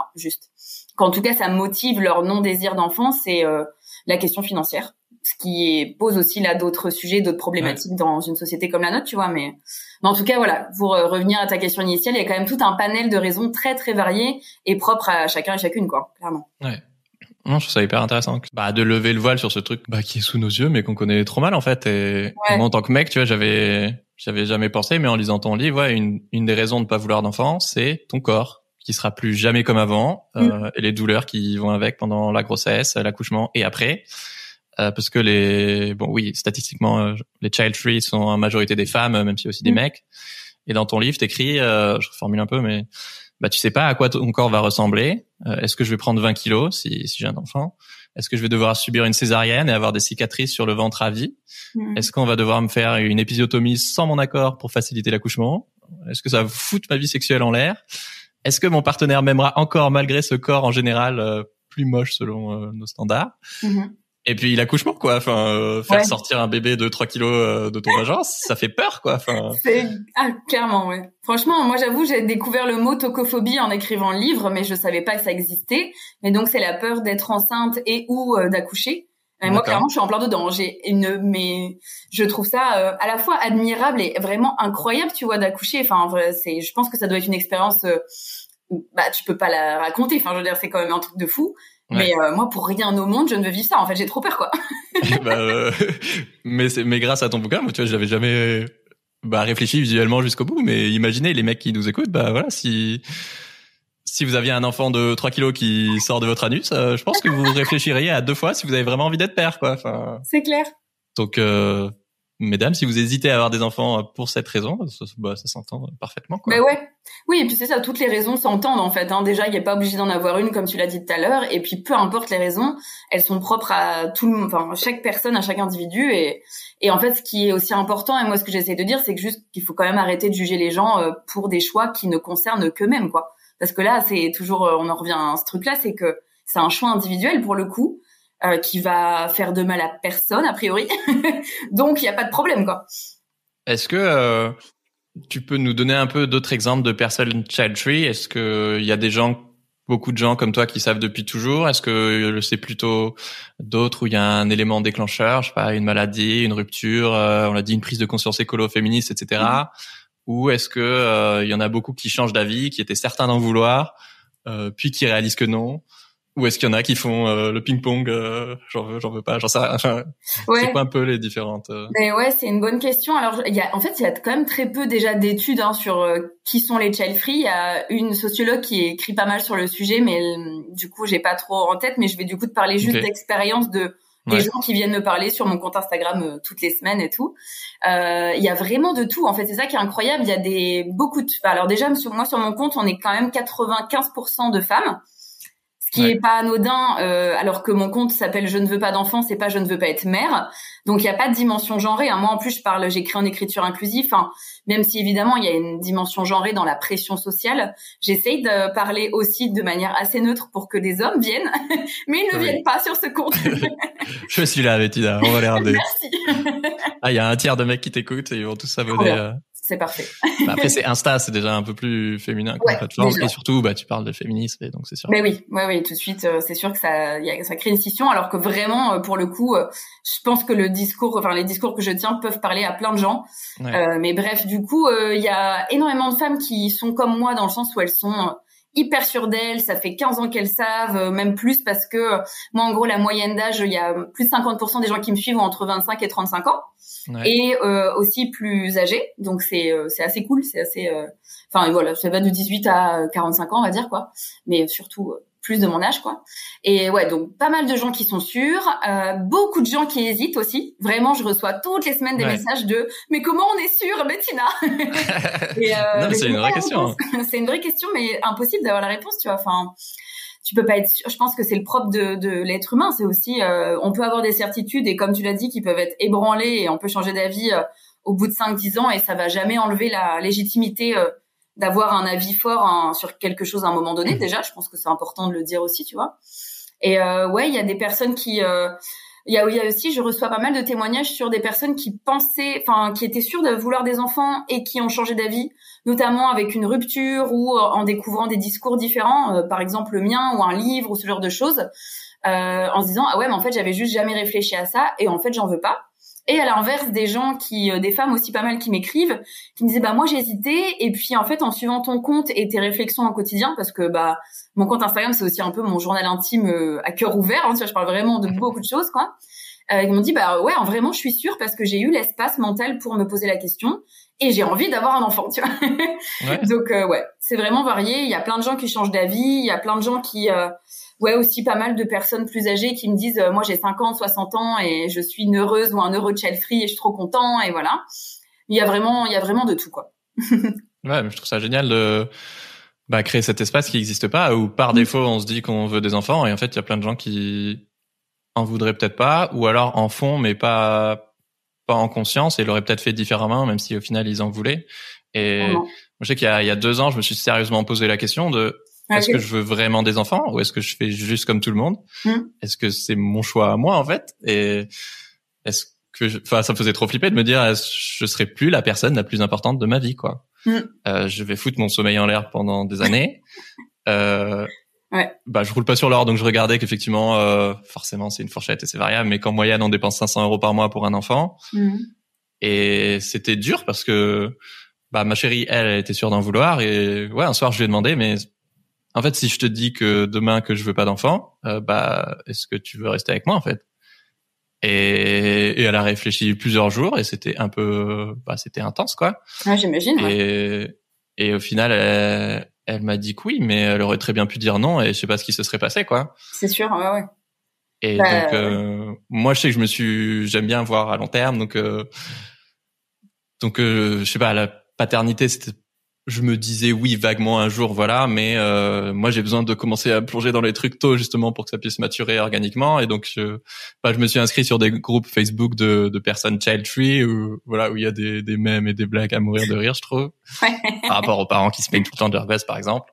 qu'en tout cas ça motive leur non désir d'enfant, c'est la question financière, ce qui pose aussi là d'autres sujets, d'autres problématiques dans une société comme la nôtre, tu vois. Mais en tout cas, voilà, pour revenir à ta question initiale, il y a quand même tout un panel de raisons très très variées et propres à chacun et chacune, quoi, clairement. Ouais. Non, je trouve ça hyper intéressant de lever le voile sur ce truc qui est sous nos yeux, mais qu'on connaît trop mal en fait. Et moi, en tant que mec, tu vois, j'avais jamais pensé, mais en lisant ton livre, une des raisons de pas vouloir d'enfant, c'est ton corps qui sera plus jamais comme avant, et les douleurs qui vont avec pendant la grossesse, l'accouchement et après. Parce que statistiquement, les child free sont en majorité des femmes, même s'il y a aussi des mecs. Et dans ton livre, t'écris, je reformule un peu, mais tu sais pas à quoi ton corps va ressembler. Est-ce que je vais prendre 20 kilos si j'ai un enfant? Est-ce que je vais devoir subir une césarienne et avoir des cicatrices sur le ventre à vie? Est-ce qu'on va devoir me faire une épisiotomie sans mon accord pour faciliter l'accouchement? Est-ce que ça va foutre ma vie sexuelle en l'air? Est-ce que mon partenaire m'aimera encore malgré ce corps en général plus moche selon nos standards? Et puis l'accouchement, quoi. Enfin, faire sortir un bébé de 3 kilos de ton vagin, ça fait peur, quoi. Enfin. Clairement, ouais. Franchement, moi, j'avoue, j'ai découvert le mot tocophobie en écrivant le livre, mais je savais pas que ça existait. Mais donc, c'est la peur d'être enceinte et ou d'accoucher. Et moi, clairement, je suis en plein dedans. Mais je trouve ça à la fois admirable et vraiment incroyable, tu vois, d'accoucher. Enfin, je pense que ça doit être une expérience. Tu peux pas la raconter. Enfin, je veux dire, c'est quand même un truc de fou. Ouais. Mais moi, pour rien au monde, je ne veux vivre ça. En fait, j'ai trop peur, quoi. Mais grâce à ton bouquin, moi, tu vois, j'avais jamais réfléchi visuellement jusqu'au bout. Mais imaginez les mecs qui nous écoutent, voilà, si vous aviez un enfant de 3 kilos qui sort de votre anus, je pense que vous réfléchiriez à 2 fois si vous avez vraiment envie d'être père, quoi. Enfin. C'est clair. Donc, mesdames, si vous hésitez à avoir des enfants pour cette raison, ça s'entend parfaitement, quoi. Mais ouais. Oui, et puis c'est ça, toutes les raisons s'entendent, en fait, hein. Déjà, il n'est pas obligé d'en avoir une, comme tu l'as dit tout à l'heure. Et puis, peu importe les raisons, elles sont propres à chaque personne, à chaque individu. Et en fait, ce qui est aussi important, et moi, ce que j'essaie de dire, c'est que juste qu'il faut quand même arrêter de juger les gens pour des choix qui ne concernent qu'eux-mêmes, quoi. Parce que là, c'est toujours, on en revient à ce truc-là, c'est que c'est un choix individuel, pour le coup, qui va faire de mal à personne, a priori. Donc, il n'y a pas de problème, quoi. Est-ce que tu peux nous donner un peu d'autres exemples de personnes child free? Est-ce que il y a beaucoup de gens comme toi qui savent depuis toujours? Est-ce que c'est plutôt d'autres où il y a un élément déclencheur, je sais pas, une maladie, une rupture, on l'a dit, une prise de conscience écolo-féministe, etc. Ou est-ce que il y en a beaucoup qui changent d'avis, qui étaient certains d'en vouloir, puis qui réalisent que non? Ou est-ce qu'il y en a qui font le ping-pong, j'en veux pas, j'en sais rien. Enfin, Ouais. c'est quoi un peu les différentes Mais ouais, c'est une bonne question. Alors, il y a quand même très peu déjà d'études sur qui sont les child free. Il y a une sociologue qui écrit pas mal sur le sujet, mais du coup, j'ai pas trop en tête. Mais je vais du coup te parler juste d'expérience des gens qui viennent me parler sur mon compte Instagram toutes les semaines et tout. Il y a vraiment de tout. En fait, c'est ça qui est incroyable. Il y a alors déjà, moi sur mon compte, on est quand même 95% de femmes. Ce qui est pas anodin, alors que mon compte s'appelle Je ne veux pas d'enfants, c'est pas Je ne veux pas être mère. Donc il y a pas de dimension genrée. Moi en plus j'écris en écriture inclusive. Même si évidemment il y a une dimension genrée dans la pression sociale, j'essaye de parler aussi de manière assez neutre pour que des hommes viennent, mais ils ne viennent pas sur ce compte. Je suis là, Bettina, on va les regarder. Merci. Il y a un tiers de mecs qui t'écoutent et ils vont tous s'abonner. C'est parfait. Après, c'est Insta, c'est déjà un peu plus féminin comme plateforme. Déjà. Et surtout, tu parles de féminisme, et donc c'est sûr. Mais oui, tout de suite, c'est sûr que ça crée une scission, alors que vraiment, pour le coup, je pense que les discours que je tiens peuvent parler à plein de gens. Mais bref, du coup, il y a énormément de femmes qui sont comme moi dans le sens où elles sont hyper sûres d'elles, ça fait 15 ans qu'elles savent, même plus parce que moi, en gros, la moyenne d'âge, il y a plus de 50% des gens qui me suivent ont entre 25 et 35 ans. Et aussi plus âgés, donc c'est assez cool, c'est assez voilà, ça va de 18 à 45 ans on va dire quoi, mais surtout plus de mon âge quoi. Et ouais, donc pas mal de gens qui sont sûrs, beaucoup de gens qui hésitent aussi. Vraiment, je reçois toutes les semaines des messages de mais comment on est sûr, Bettina? Et non, mais c'est une vraie question. C'est une vraie question, mais impossible d'avoir la réponse, tu vois. Tu peux pas être sûr. Je pense que c'est le propre de l'être humain. C'est aussi, on peut avoir des certitudes et comme tu l'as dit, qui peuvent être ébranlées et on peut changer d'avis au bout de 5-10 ans et ça va jamais enlever la légitimité d'avoir un avis fort sur quelque chose à un moment donné. Déjà, je pense que c'est important de le dire aussi, tu vois. Et ouais, il y a des personnes qui, il y a aussi, je reçois pas mal de témoignages sur des personnes qui qui étaient sûres de vouloir des enfants et qui ont changé d'avis, notamment avec une rupture ou en découvrant des discours différents, par exemple le mien ou un livre ou ce genre de choses, en se disant ah ouais mais en fait j'avais juste jamais réfléchi à ça et en fait j'en veux pas. Et à l'inverse des gens des femmes aussi pas mal qui m'écrivent, qui me disaient moi j'ai hésité et puis en fait en suivant ton compte et tes réflexions au quotidien parce que mon compte Instagram c'est aussi un peu mon journal intime à cœur ouvert, tu vois, je parle vraiment de beaucoup de choses quoi. Ils m'ont dit ouais vraiment je suis sûre parce que j'ai eu l'espace mental pour me poser la question et j'ai envie d'avoir un enfant, tu vois. Donc ouais, c'est vraiment varié, il y a plein de gens qui changent d'avis, il y a plein de gens qui aussi pas mal de personnes plus âgées qui me disent moi j'ai 50, 60 ans et je suis une heureuse ou un heureux child free et je suis trop content et voilà. Il y a vraiment de tout quoi. Ouais, mais je trouve ça génial de créer cet espace qui n'existe pas où par défaut on se dit qu'on veut des enfants et en fait il y a plein de gens qui en voudraient peut-être pas ou alors en font mais pas en conscience et l'auraient peut-être fait différemment même si au final ils en voulaient. Et moi, je sais qu'il y a 2 ans je me suis sérieusement posé la question de est-ce que je veux vraiment des enfants ou est-ce que je fais juste comme tout le monde? Est-ce que c'est mon choix à moi en fait? Et est-ce que ça me faisait trop flipper de me dire je serai plus la personne la plus importante de ma vie quoi. Je vais foutre mon sommeil en l'air pendant des années. Je roule pas sur l'or donc je regardais qu'effectivement forcément c'est une fourchette et c'est variable mais qu'en moyenne on dépense 500 € par mois pour un enfant. Et c'était dur parce que ma chérie elle était sûre d'en vouloir et un soir je lui ai demandé mais en fait, si je te dis que demain que je veux pas d'enfant, est-ce que tu veux rester avec moi en fait? Et elle a réfléchi plusieurs jours et c'était un peu, c'était intense quoi. Ah, j'imagine. Et au final, elle m'a dit que oui, mais elle aurait très bien pu dire non et je sais pas ce qui se serait passé quoi. C'est sûr, ouais. Et donc, moi, je sais que j'aime bien voir à long terme, donc je sais pas, la paternité, je me disais oui vaguement un jour voilà mais moi j'ai besoin de commencer à plonger dans les trucs tôt justement pour que ça puisse maturer organiquement et donc je me suis inscrit sur des groupes Facebook de personnes child free où il y a des mèmes et des blagues à mourir de rire je trouve par rapport aux parents qui se plaignent tout le temps de leur gosse par exemple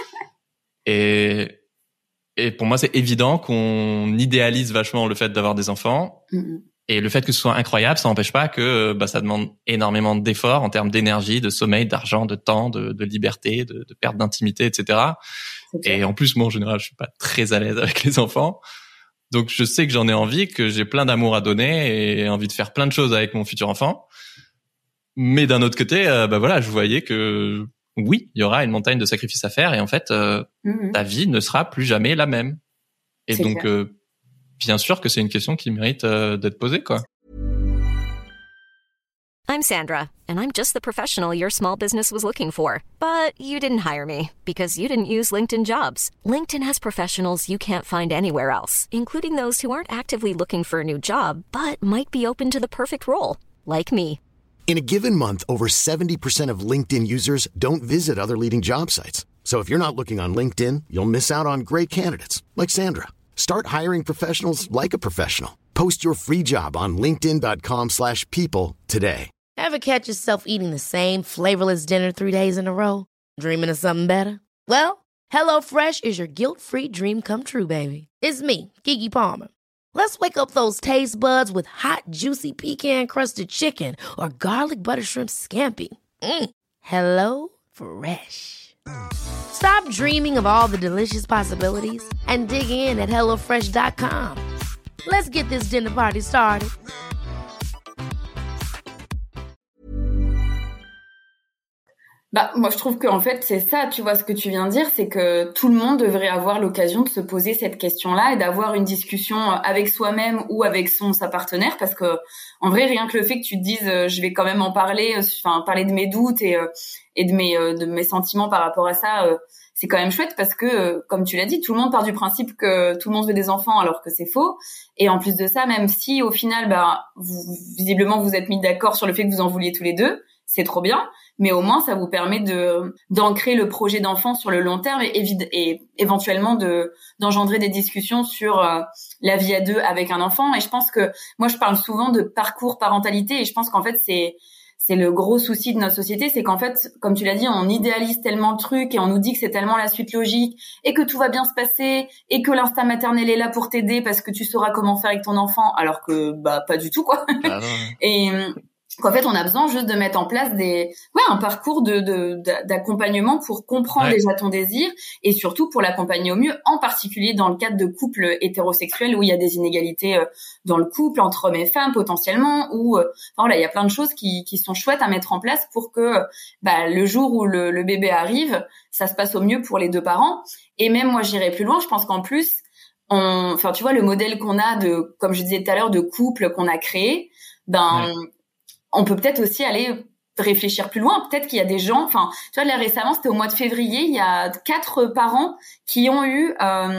et pour moi c'est évident qu'on idéalise vachement le fait d'avoir des enfants. Et le fait que ce soit incroyable, ça n'empêche pas que ça demande énormément d'efforts en termes d'énergie, de sommeil, d'argent, de temps, de liberté, de perte d'intimité, etc. Et en plus, moi, en général, je suis pas très à l'aise avec les enfants. Donc, je sais que j'en ai envie, que j'ai plein d'amour à donner et envie de faire plein de choses avec mon futur enfant. Mais d'un autre côté, je voyais que oui, il y aura une montagne de sacrifices à faire et en fait, ta vie ne sera plus jamais la même. Et C'est donc, clair. bien sûr que c'est une question qui mérite d'être posée, quoi. I'm Sandra, and I'm just the professional your small business was looking for. But you didn't hire me because you didn't use LinkedIn Jobs. LinkedIn has professionals you can't find anywhere else, including those who aren't actively looking for a new job, but might be open to the perfect role, like me. In a given month, over 70% of LinkedIn users don't visit other leading job sites. So if you're not looking on LinkedIn, you'll miss out on great candidates like Sandra. Start hiring professionals like a professional. Post your free job on linkedin.com/people today. Ever catch yourself eating the same flavorless dinner 3 days in a row? Dreaming of something better? Well, HelloFresh is your guilt-free dream come true, baby. It's me, Keke Palmer. Let's wake up those taste buds with hot, juicy pecan-crusted chicken or garlic butter shrimp scampi. Hello Fresh. Stop dreaming of all the delicious possibilities and dig in at HelloFresh.com. Let's get this dinner party started. Bah, moi, je trouve qu'en fait, c'est ça, tu vois, ce que tu viens de dire, c'est que tout le monde devrait avoir l'occasion de se poser cette question-là et d'avoir une discussion avec soi-même ou avec sa partenaire, parce que, en vrai, rien que le fait que tu te dises, je vais quand même en parler, parler de mes doutes et de mes sentiments par rapport à ça, c'est quand même chouette parce que, comme tu l'as dit, tout le monde part du principe que tout le monde veut des enfants alors que c'est faux. Et en plus de ça, même si au final, visiblement, vous êtes mis d'accord sur le fait que vous en vouliez tous les deux, c'est trop bien. Mais au moins, ça vous permet d'ancrer le projet d'enfant sur le long terme et éventuellement d'engendrer des discussions sur la vie à deux avec un enfant. Et je pense que, moi, je parle souvent de parcours parentalité et je pense qu'en fait, c'est le gros souci de notre société, c'est qu'en fait, comme tu l'as dit, on idéalise tellement le truc et on nous dit que c'est tellement la suite logique et que tout va bien se passer et que l'instinct maternel est là pour t'aider parce que tu sauras comment faire avec ton enfant, alors que pas du tout, quoi. Ah non. Et qu'en fait, on a besoin juste de mettre en place un parcours d'accompagnement pour comprendre déjà ton désir et surtout pour l'accompagner au mieux, en particulier dans le cadre de couples hétérosexuels où il y a des inégalités dans le couple entre hommes et femmes potentiellement, où il y a plein de choses qui sont chouettes à mettre en place pour que le jour où le bébé arrive, ça se passe au mieux pour les deux parents. Et même moi, j'irais plus loin, je pense qu'en plus, tu vois, le modèle qu'on a comme je disais tout à l'heure, de couple qu'on a créé, on peut peut-être aussi aller réfléchir plus loin. Peut-être qu'il y a des gens, tu vois, là récemment, c'était au mois de février, il y a 4 parents qui ont eu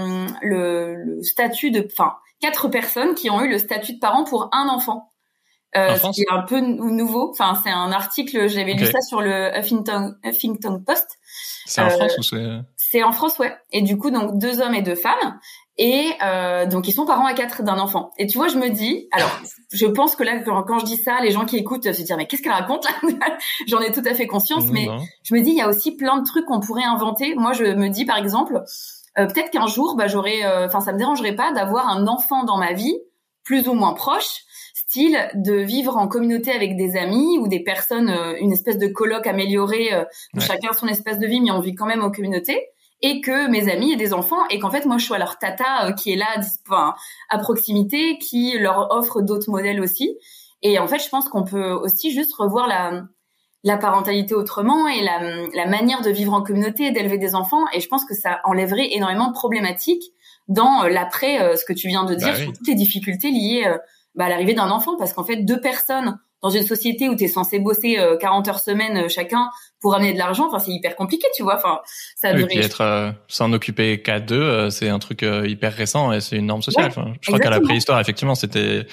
le statut 4 personnes qui ont eu le statut de parents pour un enfant. Ce qui est un peu nouveau. C'est un article, j'avais lu ça sur le Huffington Post. C'est en France ou c'est en France, ouais. Et du coup, donc 2 hommes et 2 femmes. Et donc ils sont parents à 4 d'un enfant. Et tu vois, je me dis, alors je pense que là quand je dis ça, les gens qui écoutent se disent mais qu'est-ce qu'elle raconte là? J'en ai tout à fait conscience, mais je me dis il y a aussi plein de trucs qu'on pourrait inventer. Moi, je me dis par exemple, peut-être qu'un jour, j'aurais, ça me dérangerait pas d'avoir un enfant dans ma vie, plus ou moins proche, style de vivre en communauté avec des amis ou des personnes, une espèce de coloc amélioré où chacun a son espace de vie, mais on vit quand même en communauté. Et que mes amis aient des enfants et qu'en fait moi je sois leur tata qui est là à proximité, qui leur offre d'autres modèles aussi. Et en fait je pense qu'on peut aussi juste revoir la parentalité autrement et la manière de vivre en communauté et d'élever des enfants, et je pense que ça enlèverait énormément de problématiques dans l'après, ce que tu viens de dire sur toutes les difficultés liées à l'arrivée d'un enfant, parce qu'en fait 2 personnes dans une société où t'es censé bosser 40 heures semaine chacun pour amener de l'argent, c'est hyper compliqué, tu vois. Ça devrait... Et puis être s'en occuper qu'à 2, c'est un truc hyper récent et c'est une norme sociale. Je crois qu'à la préhistoire, effectivement, c'était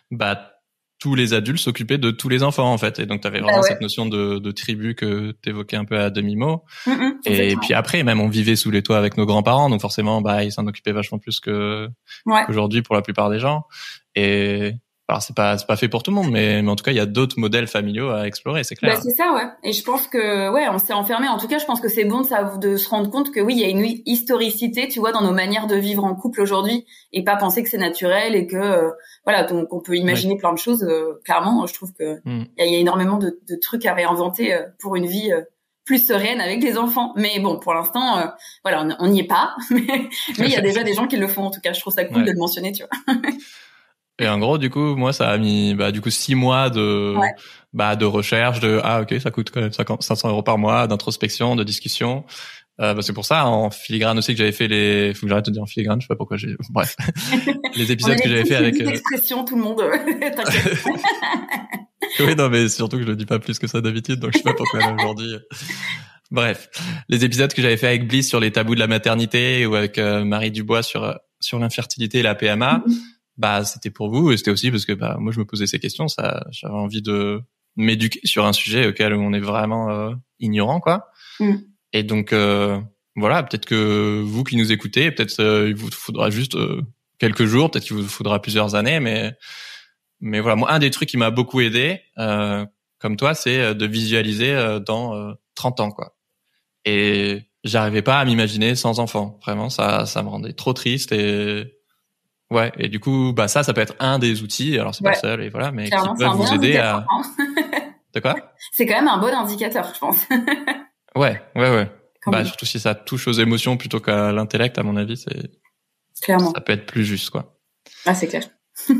tous les adultes s'occupaient de tous les enfants en fait, et donc t'avais vraiment cette notion de tribu que t'évoquais un peu à demi-mot. Et puis après, même on vivait sous les toits avec nos grands-parents, donc forcément, ils s'en occupaient vachement plus qu'aujourd'hui pour la plupart des gens. Et alors c'est pas fait pour tout le monde, mais en tout cas il y a d'autres modèles familiaux à explorer, c'est clair. C'est ça, ouais. Et je pense que on s'est enfermé. En tout cas, je pense que c'est bon de se rendre compte que oui, il y a une historicité, tu vois, dans nos manières de vivre en couple aujourd'hui, et pas penser que c'est naturel et que donc on peut imaginer plein de choses. Clairement, je trouve que il y a énormément de trucs à réinventer pour une vie plus sereine avec des enfants. Mais bon, pour l'instant, on n'y est pas. Mais il y a déjà des gens qui le font. En tout cas, je trouve ça cool de le mentionner, tu vois. Et en gros, du coup, moi, ça a mis 6 mois de recherche, ça coûte quand même 500 € par mois, d'introspection, de discussion. C'est pour ça, en filigrane aussi, que j'avais fait faut que j'arrête de dire en filigrane, je sais pas pourquoi bref. Les épisodes que j'avais fait avec... L'expression, tout le monde, t'inquiète. Oui, non, mais surtout que je le dis pas plus que ça d'habitude, donc je sais pas pourquoi là, aujourd'hui. Bref. Les épisodes que j'avais fait avec Bliss sur les tabous de la maternité ou avec Marie Dubois sur l'infertilité et la PMA, c'était pour vous, et c'était aussi parce que, moi, je me posais ces questions, j'avais envie de m'éduquer sur un sujet auquel on est vraiment, ignorant, quoi. Et donc voilà, peut-être que vous qui nous écoutez, peut-être il vous faudra juste quelques jours, peut-être qu'il vous faudra plusieurs années, mais voilà, moi un des trucs qui m'a beaucoup aidé, comme toi, c'est de visualiser dans 30 ans, quoi. Et j'arrivais pas à m'imaginer sans enfant. Vraiment, ça me rendait trop triste et ouais. Et du coup, ça peut être un des outils. Alors c'est pas le seul, et voilà, mais clairement, qui peuvent vous aider à. De quoi? C'est quand même un bon indicateur, je pense. Ouais. Surtout si ça touche aux émotions plutôt qu'à l'intellect, à mon avis, clairement. Ça peut être plus juste, quoi. Ah, c'est clair.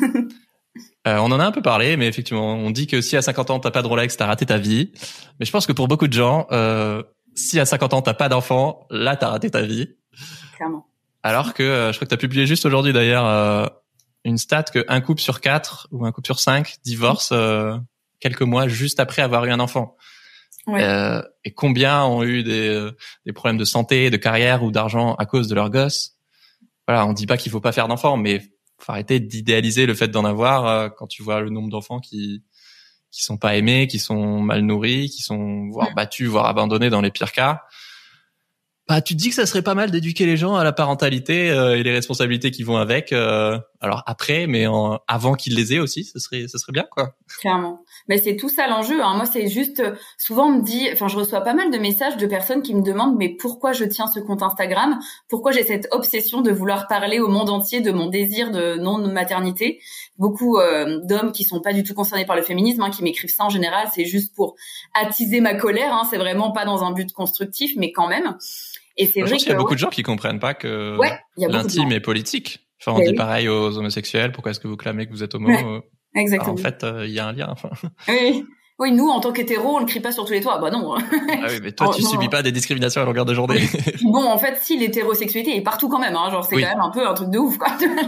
On en a un peu parlé, mais effectivement, on dit que si à 50 ans t'as pas de Rolex, t'as raté ta vie. Mais je pense que pour beaucoup de gens, si à 50 ans t'as pas d'enfant, là t'as raté ta vie. Clairement. Alors que je crois que t'as publié juste aujourd'hui d'ailleurs une stat que un couple sur 4 ou un couple sur 5 divorce quelques mois juste après avoir eu un enfant. Ouais. Et combien ont eu des problèmes de santé, de carrière ou d'argent à cause de leur gosse. Voilà, on dit pas qu'il faut pas faire d'enfants, mais faut arrêter d'idéaliser le fait d'en avoir quand tu vois le nombre d'enfants qui sont pas aimés, qui sont mal nourris, qui sont voire battus, voire abandonnés dans les pires cas. Tu te dis que ça serait pas mal d'éduquer les gens à la parentalité et les responsabilités qui vont avec. Alors après, mais avant qu'ils les aient aussi, ce serait bien, quoi. Clairement. Mais c'est tout ça l'enjeu. Hein. Moi, c'est juste, souvent je reçois pas mal de messages de personnes qui me demandent, mais pourquoi je tiens ce compte Instagram? Pourquoi j'ai cette obsession de vouloir parler au monde entier de mon désir de non-maternité? Beaucoup d'hommes qui sont pas du tout concernés par le féminisme, qui m'écrivent ça en général, c'est juste pour attiser ma colère. C'est vraiment pas dans un but constructif, mais quand même. Et c'est vrai qu'il y a beaucoup de gens qui comprennent pas que l'intime est politique. Enfin, on dit pareil aux homosexuels. Pourquoi est-ce que vous clamez que vous êtes homo? Exactement. En fait, il y a un lien. Enfin. Oui, nous, en tant qu'hétéros, on ne crie pas sur tous les toits. Non. Ah oui, mais toi, tu subis pas des discriminations à longueur de journée. Bon, en fait, si, l'hétérosexualité est partout quand même. Genre, c'est quand même un peu un truc de ouf, quoi.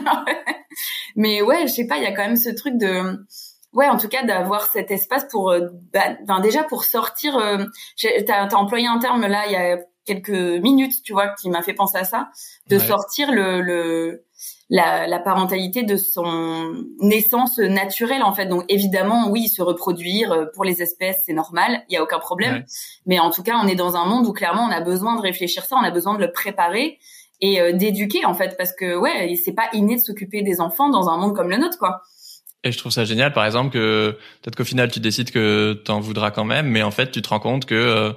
Mais ouais, je sais pas, il y a quand même ce truc de... Ouais, en tout cas, d'avoir cet espace pour... déjà, pour sortir... T'as employé un terme, là, il y a quelques minutes, tu vois, qui m'a fait penser à ça, de sortir la parentalité de son naissance naturelle, en fait. Donc, évidemment, oui, se reproduire pour les espèces, c'est normal, il y a aucun problème. Ouais. Mais en tout cas, on est dans un monde où clairement, on a besoin de réfléchir ça, on a besoin de le préparer et d'éduquer, en fait, parce que, c'est pas inné de s'occuper des enfants dans un monde comme le nôtre, quoi. Et je trouve ça génial, par exemple, que peut-être qu'au final, tu décides que t'en voudras quand même, mais en fait, tu te rends compte que,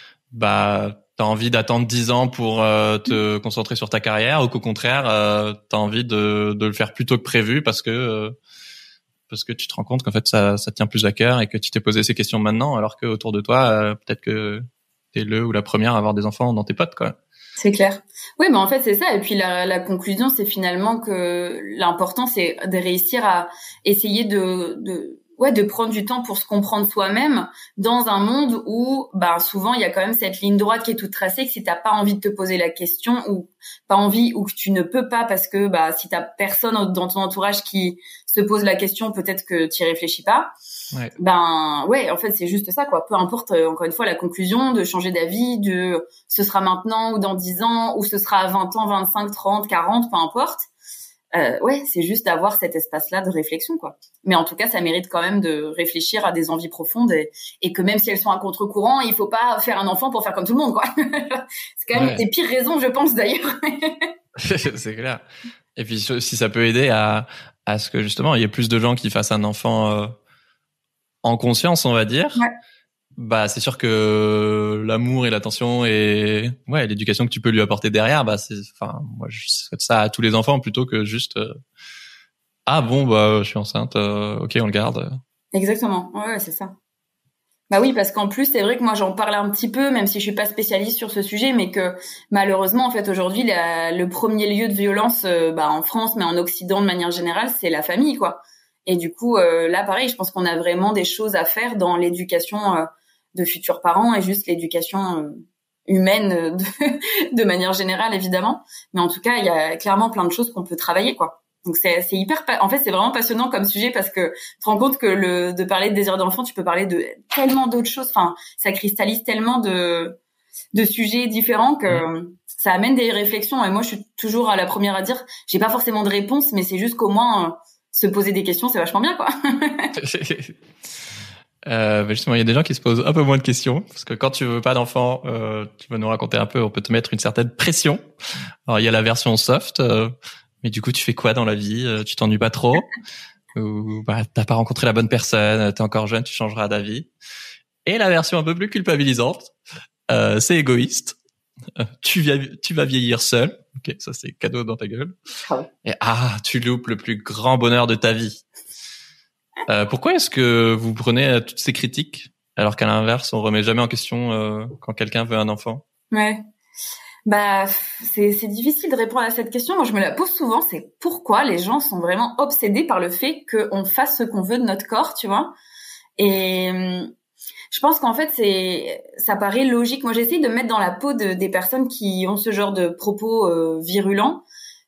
t'as envie d'attendre 10 ans pour te concentrer sur ta carrière, ou qu'au contraire t'as envie de le faire plus tôt que prévu parce que tu te rends compte qu'en fait ça tient plus à cœur et que tu t'es posé ces questions maintenant, alors que autour de toi peut-être que t'es le ou la première à avoir des enfants dans tes potes, quoi. C'est clair. Oui, mais en fait c'est ça. Et puis la conclusion, c'est finalement que l'important c'est de réussir à essayer de prendre du temps pour se comprendre soi-même dans un monde où, souvent, il y a quand même cette ligne droite qui est toute tracée, que si t'as pas envie de te poser la question ou pas envie ou que tu ne peux pas parce que, si t'as personne dans ton entourage qui se pose la question, peut-être que t'y réfléchis pas. Ouais. En fait, c'est juste ça, quoi. Peu importe, encore une fois, la conclusion de changer d'avis, de ce sera maintenant ou dans 10 ans ou ce sera à 20 ans, 25, 30, 40, peu importe. C'est juste d'avoir cet espace-là de réflexion, quoi. Mais en tout cas, ça mérite quand même de réfléchir à des envies profondes et que même si elles sont à contre-courant, il faut pas faire un enfant pour faire comme tout le monde, quoi. C'est quand même des pires raisons, je pense, d'ailleurs. C'est clair. Et puis, si ça peut aider à ce que, justement, il y ait plus de gens qui fassent un enfant en conscience, on va dire. Ouais. C'est sûr que l'amour et l'attention et l'éducation que tu peux lui apporter derrière, moi je souhaite ça à tous les enfants plutôt que juste je suis enceinte, ok, on le garde. Exactement. Ouais, c'est ça. Oui, parce qu'en plus, c'est vrai que moi j'en parle un petit peu, même si je suis pas spécialiste sur ce sujet, mais que malheureusement, en fait, aujourd'hui, le premier lieu de violence, en France, mais en Occident de manière générale, c'est la famille, quoi. Et du coup, là, pareil, je pense qu'on a vraiment des choses à faire dans l'éducation de futurs parents et juste l'éducation humaine de manière générale, évidemment. Mais en tout cas, il y a clairement plein de choses qu'on peut travailler, quoi. Donc c'est en fait, c'est vraiment passionnant comme sujet parce que tu te rends compte que de parler de désir d'enfant, tu peux parler de tellement d'autres choses. Enfin, ça cristallise tellement de sujets différents que ça amène des réflexions. Et moi, je suis toujours à la première à dire, j'ai pas forcément de réponse, mais c'est juste qu'au moins se poser des questions, c'est vachement bien, quoi. Justement, il y a des gens qui se posent un peu moins de questions parce que quand tu veux pas d'enfant, tu vas nous raconter un peu, on peut te mettre une certaine pression. Alors il y a la version soft, mais du coup tu fais quoi dans la vie? Tu t'ennuies pas trop? Ou t'as pas rencontré la bonne personne, t'es encore jeune, tu changeras d'avis. Et la version un peu plus culpabilisante, c'est égoïste. Tu vas vieillir seul. Ok, ça c'est cadeau dans ta gueule. Et tu loupes le plus grand bonheur de ta vie. Pourquoi est-ce que vous prenez toutes ces critiques alors qu'à l'inverse, on remet jamais en question quand quelqu'un veut un enfant? Ouais. C'est difficile de répondre à cette question. Moi, je me la pose souvent. C'est pourquoi les gens sont vraiment obsédés par le fait qu'on fasse ce qu'on veut de notre corps, tu vois. Et je pense qu'en fait, ça paraît logique. Moi, j'essaye de me mettre dans la peau des personnes qui ont ce genre de propos virulents.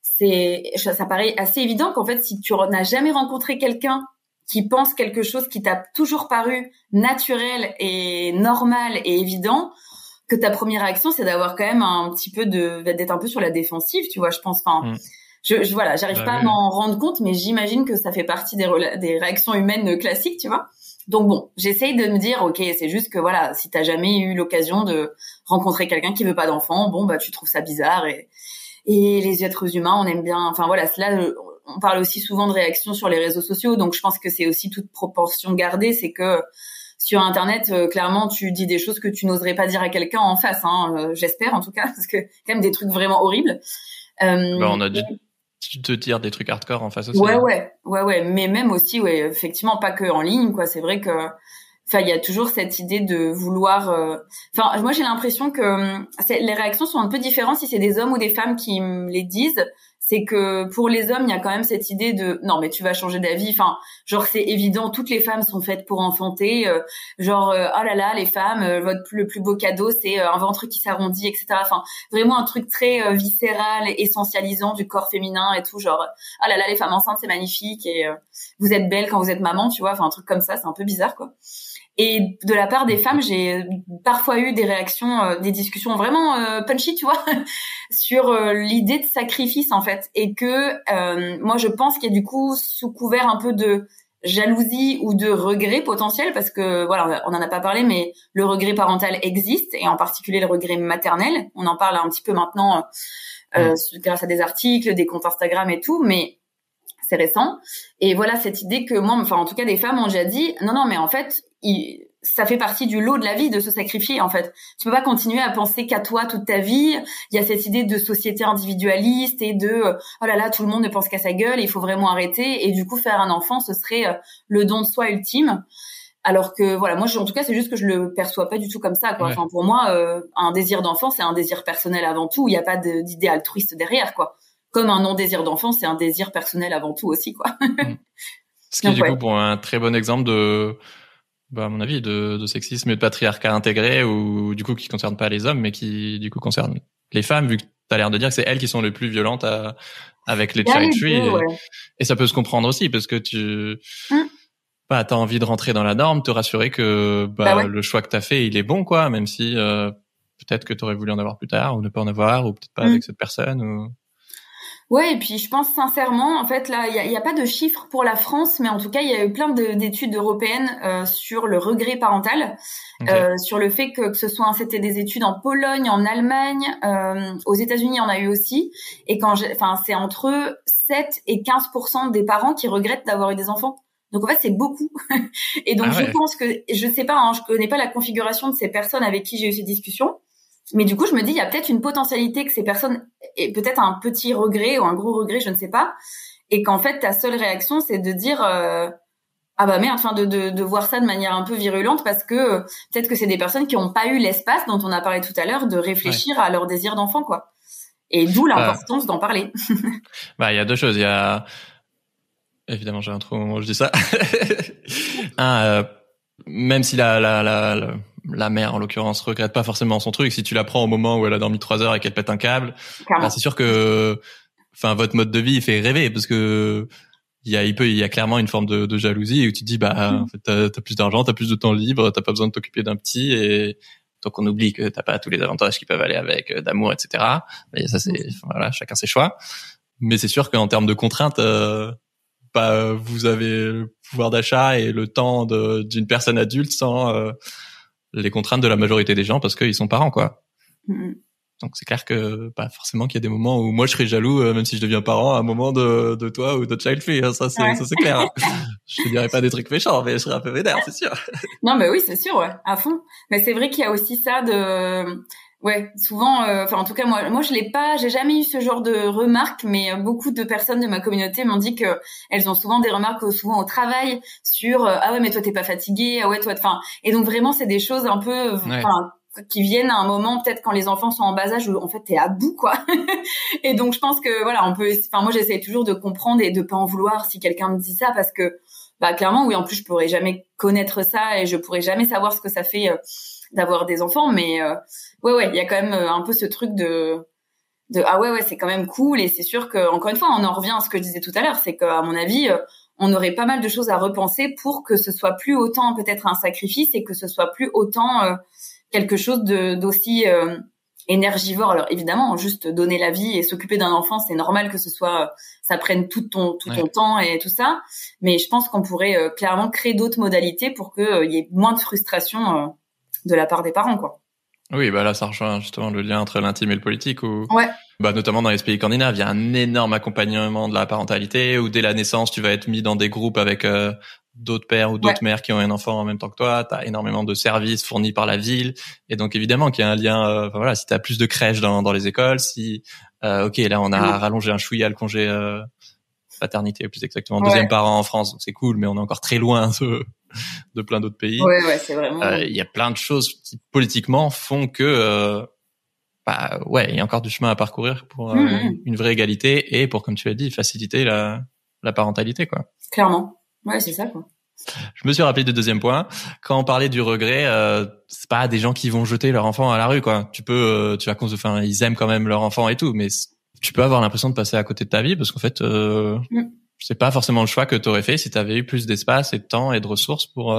Ça paraît assez évident qu'en fait, si tu n'as jamais rencontré quelqu'un qui pense quelque chose qui t'a toujours paru naturel et normal et évident, que ta première réaction, c'est d'avoir quand même un petit peu d'être un peu sur la défensive, tu vois, je pense. Enfin, j'arrive pas à m'en rendre compte, mais j'imagine que ça fait partie des réactions humaines classiques, tu vois. Donc bon, j'essaye de me dire, ok, c'est juste que voilà, si t'as jamais eu l'occasion de rencontrer quelqu'un qui veut pas d'enfant, tu trouves ça bizarre et les êtres humains, on aime bien. Enfin voilà, là, on parle aussi souvent de réactions sur les réseaux sociaux, donc je pense que c'est aussi toute proportion gardée, c'est que sur Internet, clairement, tu dis des choses que tu n'oserais pas dire à quelqu'un en face, j'espère en tout cas, parce que quand même des trucs vraiment horribles. On a dû te dire des trucs hardcore en face aussi. Ouais, mais même aussi, effectivement, pas que en ligne, quoi. C'est vrai que, il y a toujours cette idée de vouloir. Moi, j'ai l'impression que les réactions sont un peu différentes si c'est des hommes ou des femmes qui me les disent. C'est que pour les hommes, il y a quand même cette idée de non mais tu vas changer d'avis. Enfin, genre c'est évident, toutes les femmes sont faites pour enfanter. Oh là là, les femmes, le plus beau cadeau, c'est un ventre qui s'arrondit, etc. Enfin, vraiment un truc très viscéral, et essentialisant du corps féminin et tout. Genre ah là là, les femmes enceintes c'est magnifique et vous êtes belle quand vous êtes maman, tu vois. Enfin un truc comme ça, c'est un peu bizarre quoi. Et de la part des femmes, j'ai parfois eu des réactions, des discussions vraiment punchy, tu vois, sur l'idée de sacrifice en fait, et que moi je pense qu'il y a du coup sous couvert un peu de jalousie ou de regret potentiel, parce que voilà, on en a pas parlé, mais le regret parental existe, et en particulier le regret maternel. On en parle un petit peu maintenant grâce à des articles, des comptes Instagram et tout, mais c'est récent. Et voilà cette idée que moi, en tout cas des femmes ont déjà dit non mais en fait ça fait partie du lot de la vie de se sacrifier en fait. Tu peux pas continuer à penser qu'à toi toute ta vie. Il y a cette idée de société individualiste et de oh là là, tout le monde ne pense qu'à sa gueule, il faut vraiment arrêter, et du coup faire un enfant ce serait le don de soi ultime. Alors que voilà, moi en tout cas c'est juste que je le perçois pas du tout comme ça quoi. Enfin pour moi un désir d'enfant c'est un désir personnel avant tout, il y a pas d'idée altruiste derrière quoi. Comme un non-désir d'enfant, c'est un désir personnel avant tout aussi, quoi. Ce qui est du coup pour un très bon exemple de, à mon avis, de sexisme et de patriarcat intégré, ou du coup qui concerne pas les hommes, mais qui du coup concerne les femmes, vu que t'as l'air de dire que c'est elles qui sont les plus violentes avec les child free. Et ça peut se comprendre aussi, parce que t'as envie de rentrer dans la norme, te rassurer que le choix que t'as fait, il est bon, quoi, même si peut-être que t'aurais voulu en avoir plus tard, ou ne pas en avoir, ou peut-être pas avec cette personne, ou... Ouais, et puis je pense sincèrement, en fait, là, il y a pas de chiffres pour la France, mais en tout cas, il y a eu plein d'études européennes sur le regret parental, sur le fait que ce soit, c'était des études en Pologne, en Allemagne, aux États-Unis, il y en a eu aussi, et c'est entre 7 et 15% des parents qui regrettent d'avoir eu des enfants. Donc en fait, c'est beaucoup. Et donc je pense que, je sais pas, je connais pas la configuration de ces personnes avec qui j'ai eu ces discussions. Mais du coup, je me dis, il y a peut-être une potentialité que ces personnes aient peut-être un petit regret ou un gros regret, je ne sais pas. Et qu'en fait, ta seule réaction, c'est de dire, de voir ça de manière un peu virulente, parce que peut-être que c'est des personnes qui n'ont pas eu l'espace dont on a parlé tout à l'heure de réfléchir à leur désir d'enfant, quoi. Et d'où l'importance d'en parler. Il y a deux choses. Il y a, évidemment, j'ai un trou au moment où je dis ça. Même si la mère en l'occurrence regrette pas forcément son truc, si tu la prends au moment où elle a dormi 3 heures et qu'elle pète un câble, bah, c'est sûr que votre mode de vie il fait rêver, parce que il y a clairement une forme de jalousie où tu te dis en fait t'as plus d'argent, t'as plus de temps libre, t'as pas besoin de t'occuper d'un petit, et donc on oublie que t'as pas tous les avantages qui peuvent aller avec, d'amour, etc. Et ça c'est voilà, chacun ses choix. Mais c'est sûr qu'en termes de contraintes, vous avez le pouvoir d'achat et le temps d'une personne adulte sans les contraintes de la majorité des gens, parce qu'ils sont parents, quoi. Donc c'est clair que forcément qu'il y a des moments où moi je serais jaloux, même si je deviens parent, à un moment de toi ou de child free, hein, ça c'est clair. Hein. Je te dirais pas des trucs méchants, mais je serais un peu vénère, c'est sûr. Non, mais oui, c'est sûr, ouais, à fond. Mais c'est vrai qu'il y a aussi ça souvent, en tout cas moi j'ai jamais eu ce genre de remarques, mais beaucoup de personnes de ma communauté m'ont dit que elles ont souvent des remarques souvent au travail sur ah ouais mais toi t'es pas fatigué, ah ouais toi, et donc vraiment c'est des choses un peu qui viennent à un moment peut-être quand les enfants sont en bas âge où en fait t'es à bout, quoi. Et donc je pense que voilà, moi j'essaie toujours de comprendre et de pas en vouloir si quelqu'un me dit ça, parce que clairement oui, en plus je pourrais jamais connaître ça et je pourrais jamais savoir ce que ça fait d'avoir des enfants, mais ouais il y a quand même un peu ce truc de ah ouais c'est quand même cool. Et c'est sûr que encore une fois on en revient à ce que je disais tout à l'heure, c'est qu'à mon avis on aurait pas mal de choses à repenser pour que ce soit plus autant peut-être un sacrifice et que ce soit plus autant quelque chose d'aussi énergivore. Alors évidemment, juste donner la vie et s'occuper d'un enfant, c'est normal que ce soit ça prenne tout ton temps et tout ça, mais je pense qu'on pourrait clairement créer d'autres modalités pour que y ait moins de frustration de la part des parents, quoi. Oui, là ça rejoint justement le lien entre l'intime et le politique, où ouais. Notamment dans les pays scandinaves, il y a un énorme accompagnement de la parentalité, où dès la naissance, tu vas être mis dans des groupes avec d'autres pères ou d'autres mères qui ont un enfant en même temps que toi. T'as énormément de services fournis par la ville, et donc évidemment qu'il y a un lien. Si t'as plus de crèches dans les écoles, si là on a rallongé un chouïa le congé paternité, plus exactement deuxième parent en France, donc c'est cool, mais on est encore très loin de plein d'autres pays. Ouais, c'est vraiment. Il y a plein de choses qui politiquement font que il y a encore du chemin à parcourir pour une vraie égalité et pour, comme tu l'as dit, faciliter la parentalité, quoi. Clairement. Ouais, c'est ça, quoi. Je me suis rappelé du deuxième point. Quand on parlait du regret, c'est pas des gens qui vont jeter leur enfant à la rue, quoi. Ils aiment quand même leur enfant et tout, mais tu peux avoir l'impression de passer à côté de ta vie, parce qu'en fait, c'est pas forcément le choix que t'aurais fait si t'avais eu plus d'espace et de temps et de ressources pour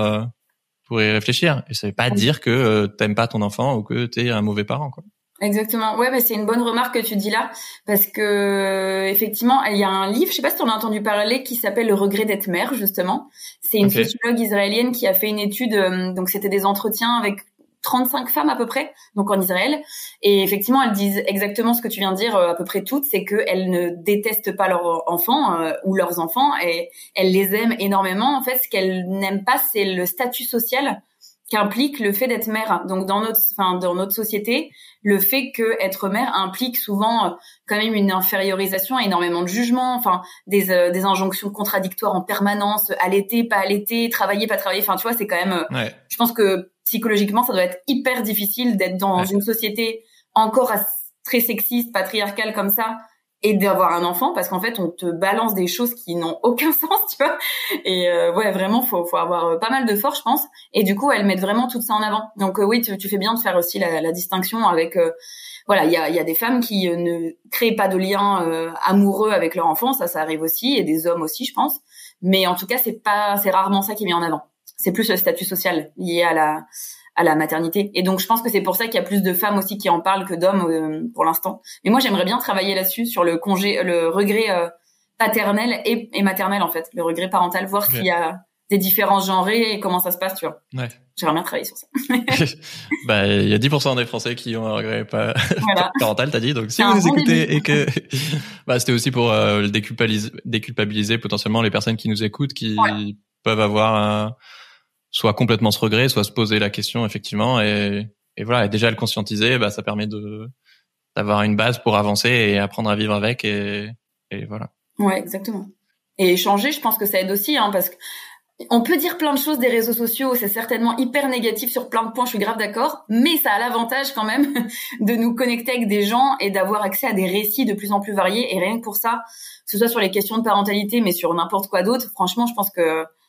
y réfléchir. Et ça veut pas dire que t'aimes pas ton enfant ou que t'es un mauvais parent, quoi. Exactement. Ouais, mais c'est une bonne remarque que tu dis là, parce que effectivement, il y a un livre, je sais pas si tu en as entendu parler, qui s'appelle Le regret d'être mère, justement. C'est une sociologue israélienne qui a fait une étude, donc c'était des entretiens avec 35 femmes à peu près, donc en Israël, et effectivement elles disent exactement ce que tu viens de dire, à peu près toutes, c'est qu'elles ne détestent pas leurs enfants ou leurs enfants, et elles les aiment énormément. En fait, ce qu'elles n'aiment pas, c'est le statut social qu'implique le fait d'être mère. Donc dans notre société, le fait que être mère implique souvent quand même une infériorisation, énormément de jugements, des injonctions contradictoires en permanence, allaiter, pas allaiter, travailler, pas travailler. Tu vois, c'est quand même je pense que psychologiquement ça doit être hyper difficile d'être dans une société encore très sexiste, patriarcale comme ça, et d'avoir un enfant, parce qu'en fait on te balance des choses qui n'ont aucun sens, tu vois. Et vraiment faut avoir pas mal de force, je pense. Et du coup elles mettent vraiment tout ça en avant. Donc oui, tu fais bien de faire aussi la distinction avec il y a des femmes qui ne créent pas de lien amoureux avec leur enfant, ça arrive aussi, et des hommes aussi, je pense. Mais en tout cas c'est rarement ça qui est mis en avant. C'est plus le statut social lié à la maternité. Et donc, je pense que c'est pour ça qu'il y a plus de femmes aussi qui en parlent que d'hommes pour l'instant. Mais moi, j'aimerais bien travailler là-dessus, sur le regret paternel et maternel, en fait. Le regret parental, voir s'il y a des différences genrées et comment ça se passe, tu vois. Ouais. J'aimerais bien travailler sur ça. Il y a 10% des Français qui ont un regret parental, t'as dit. Donc, si vous écoutez et que... c'était aussi pour déculpabiliser potentiellement les personnes qui nous écoutent, qui peuvent avoir soit complètement ce regret, soit se poser la question, effectivement, et voilà, et déjà le conscientiser, ça permet d'avoir une base pour avancer et apprendre à vivre avec, et voilà. Ouais, exactement. Et échanger, je pense que ça aide aussi, parce que on peut dire plein de choses des réseaux sociaux, c'est certainement hyper négatif sur plein de points, je suis grave d'accord, mais ça a l'avantage quand même de nous connecter avec des gens et d'avoir accès à des récits de plus en plus variés, et rien que pour ça, que ce soit sur les questions de parentalité, mais sur n'importe quoi d'autre, franchement, je pense que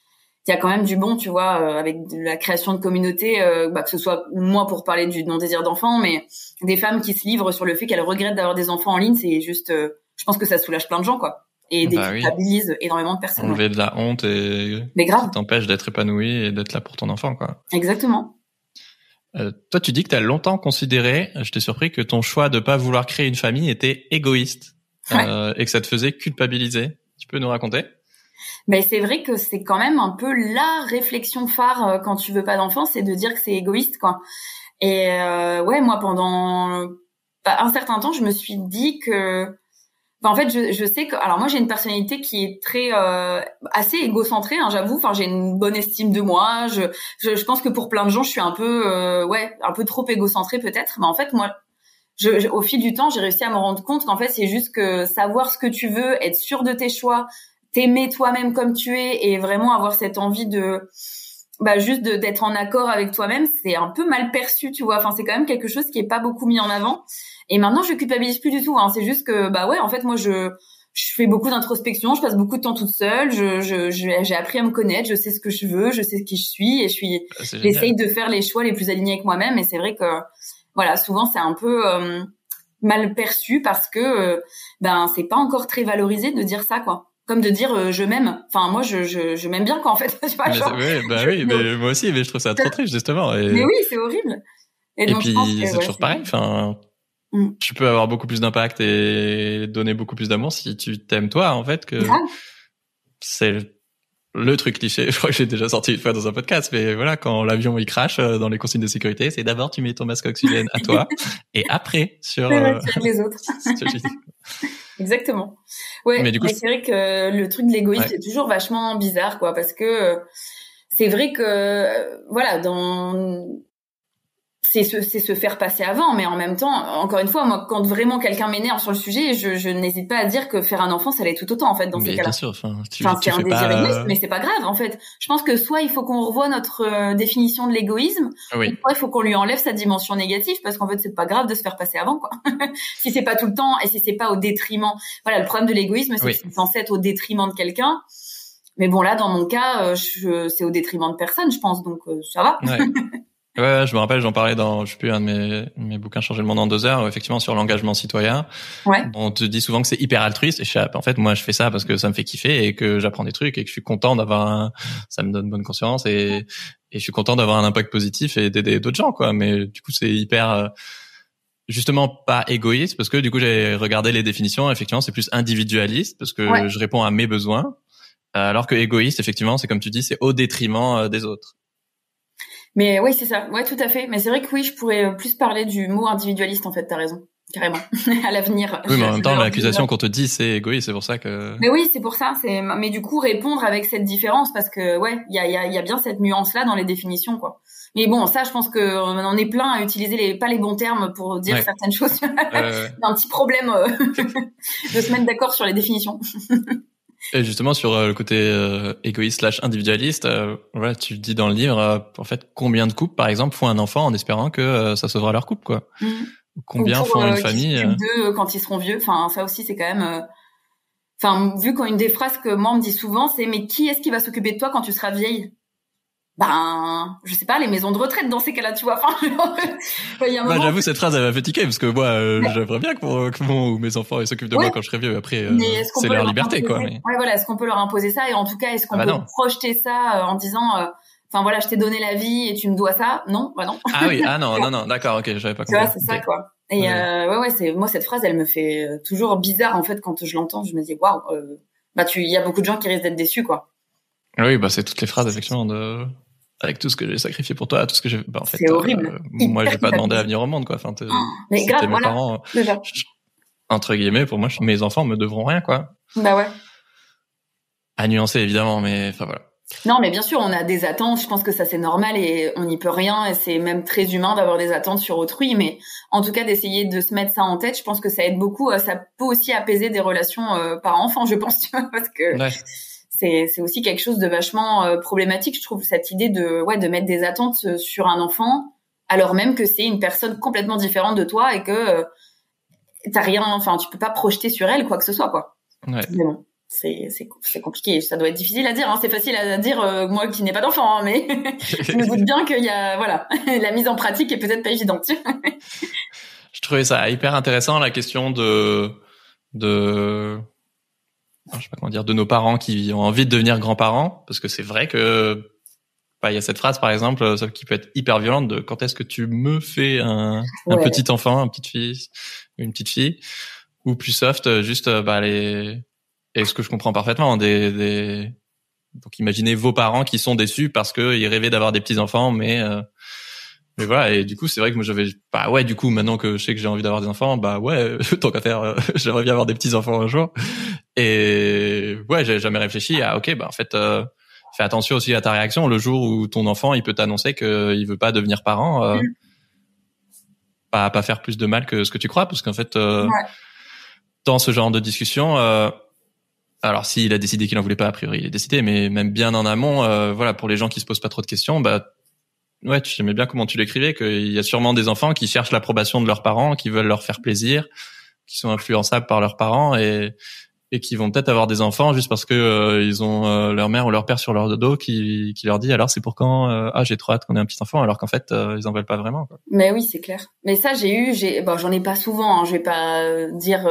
il y a quand même du bon, tu vois, avec de la création de communautés, que ce soit moi pour parler du non-désir d'enfant, mais des femmes qui se livrent sur le fait qu'elles regrettent d'avoir des enfants en ligne, c'est juste, je pense que ça soulage plein de gens, quoi. Et déculpabilise énormément de personnes. Enlever de la honte et mais grave. qui t'empêche d'être épanoui et d'être là pour ton enfant, quoi. Exactement. Toi, tu dis que tu as longtemps considéré, j'étais surpris, que ton choix de pas vouloir créer une famille était égoïste, et que ça te faisait culpabiliser. Tu peux nous raconter? Ben c'est vrai que c'est quand même un peu la réflexion phare quand tu veux pas d'enfant, c'est de dire que c'est égoïste, quoi. Et moi pendant un certain temps, je me suis dit que en fait je sais que alors moi j'ai une personnalité qui est très assez égocentrée, hein, j'avoue. Enfin, j'ai une bonne estime de moi. Je pense que pour plein de gens, je suis un peu un peu trop égocentrée peut-être. Mais en fait moi au fil du temps, j'ai réussi à me rendre compte qu'en fait, c'est juste que savoir ce que tu veux, être sûr de tes choix, t'aimer toi-même comme tu es et vraiment avoir cette envie de juste d'être en accord avec toi-même, c'est un peu mal perçu, tu vois. Enfin, c'est quand même quelque chose qui est pas beaucoup mis en avant. Et maintenant, je culpabilise plus du tout, hein. C'est juste que en fait, moi je fais beaucoup d'introspection, je passe beaucoup de temps toute seule, j'ai appris à me connaître, je sais ce que je veux, je sais qui je suis et j'essaye de faire les choix les plus alignés avec moi-même. Et c'est vrai que souvent c'est un peu mal perçu parce que c'est pas encore très valorisé de dire ça, quoi. Comme de dire je m'aime. Enfin, moi je m'aime bien, quoi, en fait. Tu vois, mais moi aussi, mais je trouve ça trop triste, justement. Mais oui, c'est horrible. Et donc, puis c'est toujours pareil. Enfin, tu peux avoir beaucoup plus d'impact et donner beaucoup plus d'amour si tu t'aimes toi, en fait, que c'est le truc cliché. Je crois que j'ai déjà sorti une fois dans un podcast, mais voilà, quand l'avion il crache dans les consignes de sécurité, c'est d'abord tu mets ton masque oxygène à toi et après sur les autres. Exactement. Ouais, mais c'est vrai que le truc de l'égoïsme c'est toujours vachement bizarre, quoi, parce que c'est vrai que c'est se faire passer avant, mais en même temps, encore une fois, moi, quand vraiment quelqu'un m'énerve sur le sujet, je n'hésite pas à dire que faire un enfant, ça l'est tout autant, en fait, dans ces cas-là. Bien sûr, c'est un désir égoïste, mais c'est pas grave, en fait. Je pense que soit il faut qu'on revoie notre définition de l'égoïsme, soit il faut qu'on lui enlève sa dimension négative, parce qu'en fait, c'est pas grave de se faire passer avant, quoi. Si c'est pas tout le temps, et si c'est pas au détriment. Voilà, le problème de l'égoïsme, c'est que c'est censé être au détriment de quelqu'un. Mais bon, là, dans mon cas, c'est au détriment de personne, je pense, donc ça va. Ouais, je me rappelle, j'en parlais dans, je sais plus, un de mes bouquins Changer le monde en 2 heures, effectivement, sur l'engagement citoyen. On te dit souvent que c'est hyper altruiste, et en fait, moi, je fais ça parce que ça me fait kiffer et que j'apprends des trucs et que je suis content ça me donne bonne conscience et je suis content d'avoir un impact positif et d'aider d'autres gens, quoi. Mais du coup, c'est hyper, justement pas égoïste parce que du coup, j'ai regardé les définitions, effectivement, c'est plus individualiste parce que je réponds à mes besoins, alors que égoïste, effectivement, c'est comme tu dis, c'est au détriment des autres. Mais oui, c'est ça. Ouais, tout à fait. Mais c'est vrai que je pourrais plus parler du mot individualiste, en fait, t'as raison. Carrément. À l'avenir. Oui, mais en même temps, l'accusation qu'on te dit, c'est égoïste, c'est pour ça que... Mais oui, c'est pour ça. Mais du coup, répondre avec cette différence, parce que, il y a bien cette nuance-là dans les définitions, quoi. Mais bon, ça, je pense que on est plein à utiliser pas les bons termes pour dire certaines choses. Il y a un petit problème de se mettre d'accord sur les définitions. Et justement sur le côté égoïste / individualiste, tu dis dans le livre, en fait, combien de couples, par exemple, font un enfant en espérant que ça sauvera leur couple, quoi. Combien font une famille d'eux quand ils seront vieux. Enfin, ça aussi, c'est quand même. Vu qu'une des phrases que moi on me dit souvent, c'est mais qui est-ce qui va s'occuper de toi quand tu seras vieille? Je sais pas, les maisons de retraite dans ces cas-là, tu vois. Y a un moment... j'avoue, cette phrase, elle m'a fait tiquer, parce que moi, j'aimerais bien que mes enfants ils s'occupent de moi quand je serai vieux. Après, c'est leur liberté, quoi. Mais... est-ce qu'on peut leur imposer ça? Et en tout cas, est-ce qu'on peut projeter ça en disant, je t'ai donné la vie et tu me dois ça? Non, non. Ah oui, non, d'accord, ok, j'avais pas compris. Tu vois, c'est ça, quoi. Et moi, cette phrase, elle me fait toujours bizarre, en fait, quand je l'entends. Je me dis, waouh, il y a beaucoup de gens qui risquent d'être déçus, quoi. Oui, c'est toutes les phrases, effectivement, avec tout ce que j'ai sacrifié pour toi, tout ce que j'ai, en fait, c'est horrible. Moi, j'ai pas demandé à venir au monde, quoi. Enfin, mais grave, mes parents, entre guillemets, pour moi, mes enfants me devront rien, quoi. À nuancer, évidemment, mais voilà. Non, mais bien sûr, on a des attentes. Je pense que ça, c'est normal et on n'y peut rien. Et c'est même très humain d'avoir des attentes sur autrui. Mais en tout cas, d'essayer de se mettre ça en tête, je pense que ça aide beaucoup. Ça peut aussi apaiser des relations parents-enfants, je pense, tu vois, parce que c'est aussi quelque chose de vachement problématique, je trouve, cette idée de mettre des attentes sur un enfant, alors même que c'est une personne complètement différente de toi et que t'as rien, tu peux pas projeter sur elle quoi que ce soit, quoi. Ouais. Mais bon. c'est compliqué. Ça doit être difficile à dire. Hein. C'est facile à dire moi qui n'ai pas d'enfant, hein, mais je me doute bien qu'il y a la mise en pratique est peut-être pas évidente. Je trouvais ça hyper intéressant la question de je sais pas comment dire, de nos parents qui ont envie de devenir grands-parents, parce que c'est vrai que il y a cette phrase par exemple qui peut être hyper violente de quand est-ce que tu me fais un petit enfant, une petite fille, ou plus soft juste et ce que je comprends parfaitement donc imaginez vos parents qui sont déçus parce que ils rêvaient d'avoir des petits enfants, mais voilà, et du coup c'est vrai que moi j'avais du coup maintenant que je sais que j'ai envie d'avoir des enfants, tant qu'à faire j'aimerais bien avoir des petits enfants un jour. Et j'ai jamais réfléchi à en fait fais attention aussi à ta réaction le jour où ton enfant il peut t'annoncer qu'il veut pas devenir parent, pas faire plus de mal que ce que tu crois, parce qu'en fait dans ce genre de discussion alors s'il a décidé qu'il en voulait pas, a priori il est décidé, mais même bien en amont pour les gens qui se posent pas trop de questions, tu aimais bien comment tu l'écrivais, qu'il y a sûrement des enfants qui cherchent l'approbation de leurs parents, qui veulent leur faire plaisir, qui sont influençables par leurs parents et qui vont peut-être avoir des enfants juste parce que ils ont leur mère ou leur père sur leur dos qui leur dit alors c'est pour quand j'ai trop hâte qu'on ait un petit enfant, alors qu'en fait ils en veulent pas vraiment, quoi. Mais oui, c'est clair. Mais ça j'en ai pas souvent, hein, je vais pas dire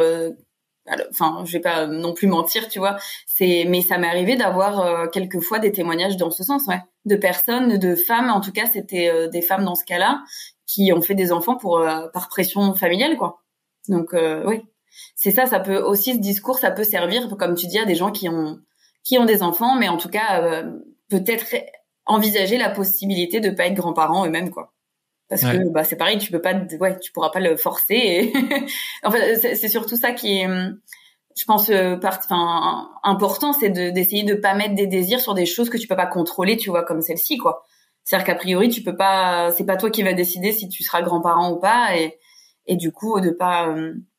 je vais pas non plus mentir, tu vois. Mais ça m'est arrivé d'avoir quelques fois des témoignages dans ce sens, de personnes, de femmes. En tout cas, c'était des femmes dans ce cas-là qui ont fait des enfants par pression familiale, quoi. Donc oui, c'est ça. Ça peut aussi, ce discours, ça peut servir, comme tu dis, à des gens qui ont des enfants, mais en tout cas peut-être envisager la possibilité de pas être grands-parents eux-mêmes, quoi. Parce que c'est pareil, tu pourras pas le forcer. Et en fait, c'est surtout ça qui est, je pense, important, c'est d'essayer de pas mettre des désirs sur des choses que tu peux pas contrôler, tu vois, comme celle-ci, quoi. C'est-à-dire qu'a priori, tu peux pas, c'est pas toi qui vas décider si tu seras grand-parent ou pas, et du coup de pas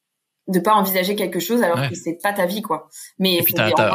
envisager quelque chose alors que c'est pas ta vie, quoi. Mais et puis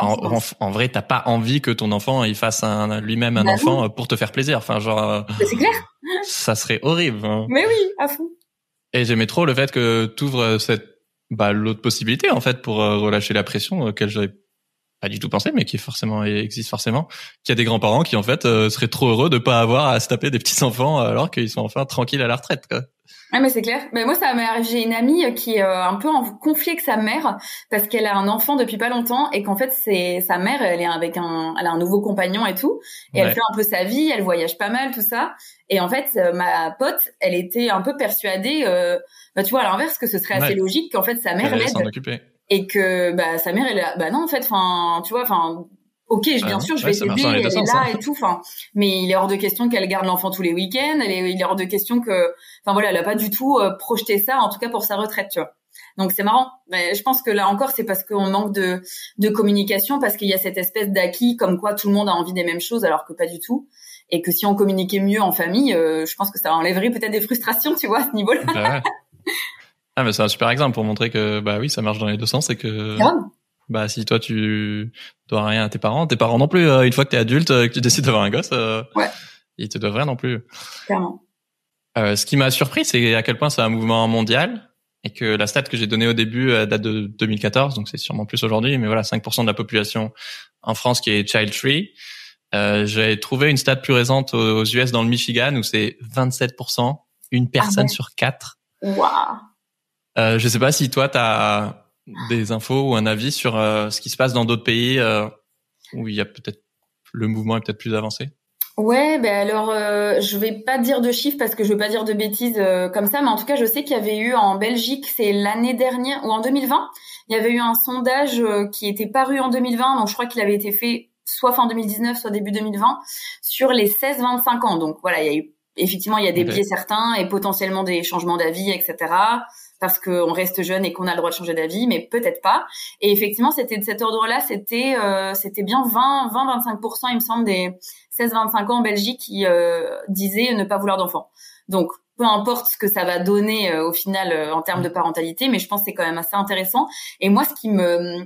en vrai t'as pas envie que ton enfant il fasse lui-même un enfant pour te faire plaisir, enfin genre c'est clair, ça serait horrible, hein. Mais oui, à fond. Et j'aimais trop le fait que t'ouvres l'autre possibilité en fait pour relâcher la pression auquel j'avais pas du tout pensé, mais qui existe forcément, qu'il y a des grands-parents qui en fait seraient trop heureux de pas avoir à se taper des petits enfants alors qu'ils sont enfin tranquilles à la retraite, quoi. Ouais, mais c'est clair. Mais moi, ça m'est arrivé. J'ai une amie qui est un peu en conflit avec sa mère parce qu'elle a un enfant depuis pas longtemps et qu'en fait, c'est sa mère. Elle a un nouveau compagnon et tout. Et elle fait un peu sa vie. Elle voyage pas mal, tout ça. Et en fait, ma pote, elle était un peu persuadée, tu vois, à l'inverse, que ce serait assez logique qu'en fait sa mère l'aide et que sa mère, elle, non, en fait, tu vois, ok, bien sûr, je vais t'aider, elle est là et tout, mais il est hors de question qu'elle garde l'enfant tous les week-ends, il est hors de question que, elle a pas du tout projeté ça, en tout cas pour sa retraite, tu vois. Donc c'est marrant. Mais je pense que là encore, c'est parce qu'on manque de communication, parce qu'il y a cette espèce d'acquis comme quoi tout le monde a envie des mêmes choses, alors que pas du tout. Et que si on communiquait mieux en famille, je pense que ça enlèverait peut-être des frustrations, tu vois, à ce niveau-là. Ouais. Ah, mais c'est un super exemple pour montrer que, oui, ça marche dans les deux sens et que... si toi tu dois rien à tes parents non plus, une fois que t'es adulte, que tu décides d'avoir un gosse, ils te doivent rien non plus. Clairement. Ce qui m'a surpris, c'est à quel point c'est un mouvement mondial et que la stat que j'ai donnée au début date de 2014, donc c'est sûrement plus aujourd'hui, mais voilà, 5% de la population en France qui est child free. J'ai trouvé une stat plus récente aux US dans le Michigan où c'est 27%, une personne sur 4. Waouh. Je sais pas si toi t'as des infos ou un avis sur ce qui se passe dans d'autres pays où il y a peut-être le mouvement est peut-être plus avancé. Ouais, alors je vais pas dire de chiffres parce que je veux pas dire de bêtises comme ça, mais en tout cas je sais qu'il y avait eu en Belgique, c'est l'année dernière ou en 2020, il y avait eu un sondage qui était paru en 2020, donc je crois qu'il avait été fait soit fin 2019 soit début 2020 sur les 16-25 ans. Donc voilà, il y a eu effectivement il y a des biais certains et potentiellement des changements d'avis, etc. parce qu'on reste jeune et qu'on a le droit de changer d'avis, mais peut-être pas. Et effectivement, c'était de cet ordre-là, c'était bien 20-25%, il me semble, des 16-25 ans en Belgique qui disaient ne pas vouloir d'enfants. Donc, peu importe ce que ça va donner au final en termes de parentalité, mais je pense que c'est quand même assez intéressant. Et moi, ce qui me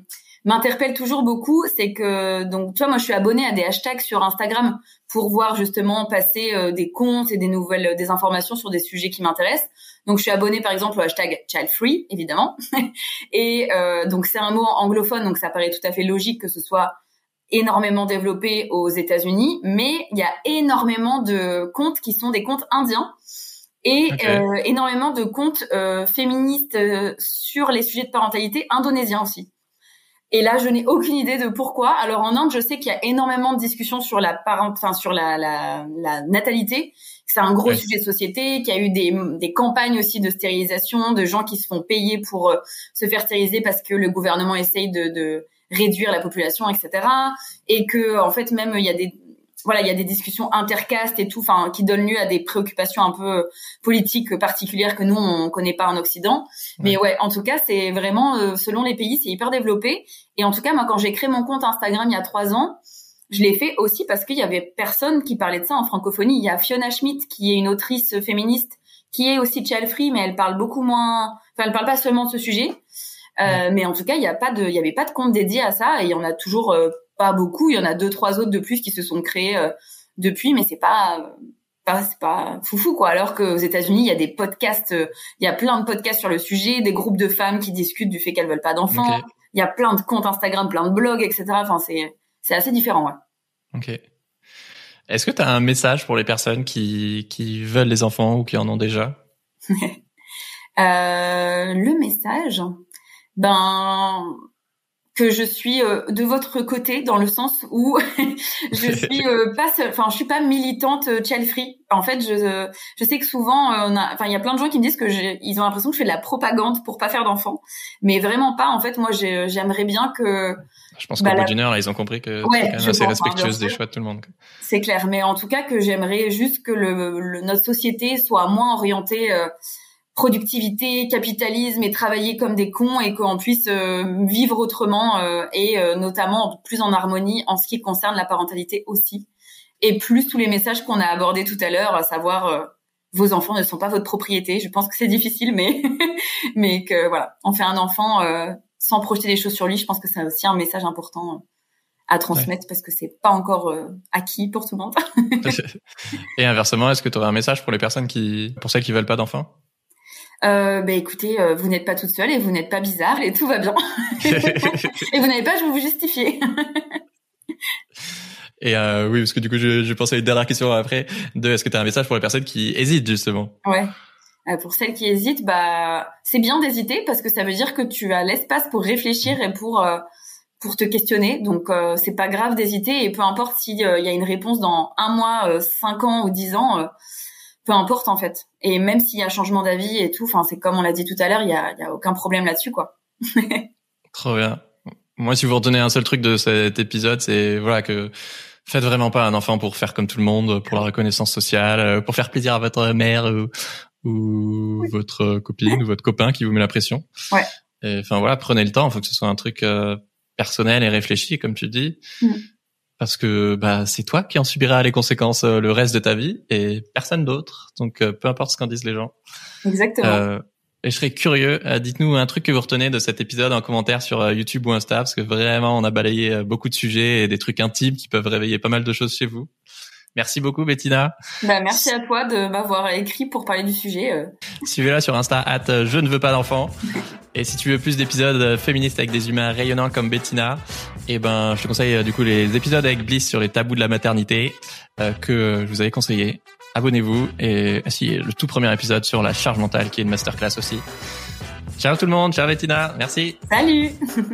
m'interpelle toujours beaucoup, c'est que, donc, tu vois, moi, je suis abonnée à des hashtags sur Instagram pour voir justement passer des comptes et des informations sur des sujets qui m'intéressent. Donc, je suis abonnée, par exemple, au hashtag Child Free, évidemment. Et donc, c'est un mot anglophone, donc ça paraît tout à fait logique que ce soit énormément développé aux États-Unis, mais il y a énormément de comptes qui sont des comptes indiens et énormément de comptes féministes sur les sujets de parentalité indonésiens aussi. Et là, je n'ai aucune idée de pourquoi. Alors en Inde, je sais qu'il y a énormément de discussions sur la natalité. C'est un gros sujet de société, qu'il y a eu des campagnes aussi de stérilisation, de gens qui se font payer pour se faire stériliser parce que le gouvernement essaye de réduire la population, etc. Et que, en fait, même, il y a des discussions intercastes et tout, enfin, qui donnent lieu à des préoccupations un peu politiques particulières que nous, on connaît pas en Occident. Mais ouais, en tout cas, c'est vraiment, selon les pays, c'est hyper développé. Et en tout cas, moi, quand j'ai créé mon compte Instagram il y a 3 ans, je l'ai fait aussi parce qu'il y avait personne qui parlait de ça en francophonie. Il y a Fiona Schmidt, qui est une autrice féministe, qui est aussi child free, mais elle parle beaucoup moins, enfin, elle parle pas seulement de ce sujet. Mais en tout cas, il y avait pas de compte dédié à ça, et il y en a toujours pas beaucoup. Il y en a 2-3 autres de plus qui se sont créés depuis, mais c'est pas foufou, quoi. Alors qu'aux États-Unis, il y a des podcasts, il y a plein de podcasts sur le sujet, des groupes de femmes qui discutent du fait qu'elles veulent pas d'enfants. Il y a plein de comptes Instagram, plein de blogs, etc. Enfin, c'est assez différent, ouais. Ok. Est-ce que tu as un message pour les personnes qui veulent les enfants ou qui en ont déjà? Le message, que je suis de votre côté, dans le sens où je suis je suis pas militante child free. En fait, je sais que souvent il y a plein de gens qui me disent que ils ont l'impression que je fais de la propagande pour pas faire d'enfants, mais vraiment pas. En fait, moi j'aimerais bien que, je pense qu'au bout d'une heure là, ils ont compris que c'est quand même assez respectueuse des choix de tout le monde. C'est clair, mais en tout cas que j'aimerais juste que notre société soit moins orientée productivité, capitalisme et travailler comme des cons, et qu'on puisse vivre autrement et notamment plus en harmonie en ce qui concerne la parentalité aussi. Et plus tous les messages qu'on a abordés tout à l'heure, à savoir vos enfants ne sont pas votre propriété. Je pense que c'est difficile, mais mais que voilà, on fait un enfant sans projeter des choses sur lui. Je pense que c'est aussi un message important à transmettre, parce que c'est pas encore acquis pour tout le monde. Et inversement, est-ce que tu aurais un message pour pour celles qui veulent pas d'enfants? Écoutez, vous n'êtes pas toute seule et vous n'êtes pas bizarre et tout va bien. Et vous n'avez pas à vous justifier. Et oui, parce que du coup, je pensais à une dernière question après. Est-ce que tu as un message pour les personnes qui hésitent, justement? Ouais. Pour celles qui hésitent, c'est bien d'hésiter, parce que ça veut dire que tu as l'espace pour réfléchir et pour te questionner. Donc, c'est pas grave d'hésiter, et peu importe s'il y a une réponse dans 1 mois, 5 ans ou 10 ans, peu importe en fait. Et même s'il y a changement d'avis et tout, enfin, c'est comme on l'a dit tout à l'heure, il y a aucun problème là-dessus, quoi. Trop bien. Moi, si vous retenez un seul truc de cet épisode, c'est que faites vraiment pas un enfant pour faire comme tout le monde, pour la reconnaissance sociale, pour faire plaisir à votre mère ou votre copine ou votre copain qui vous met la pression. Ouais. Et enfin voilà, prenez le temps. Il faut que ce soit un truc personnel et réfléchi, comme tu dis. Parce que c'est toi qui en subiras les conséquences le reste de ta vie, et personne d'autre. Donc peu importe ce qu'en disent les gens. Exactement. Et je serais curieux, dites-nous un truc que vous retenez de cet épisode en commentaire sur YouTube ou Insta, parce que vraiment on a balayé beaucoup de sujets et des trucs intimes qui peuvent réveiller pas mal de choses chez vous. Merci beaucoup, Bettina. Merci à toi de m'avoir écrit pour parler du sujet. Suivez-la sur Insta @je ne veux pas d'enfant. Et si tu veux plus d'épisodes féministes avec des humains rayonnants comme Bettina, je te conseille du coup les épisodes avec Bliss sur les tabous de la maternité que je vous avais conseillé. Abonnez-vous, et le tout premier épisode sur la charge mentale, qui est une masterclass aussi. Ciao tout le monde, ciao Bettina, merci. Salut.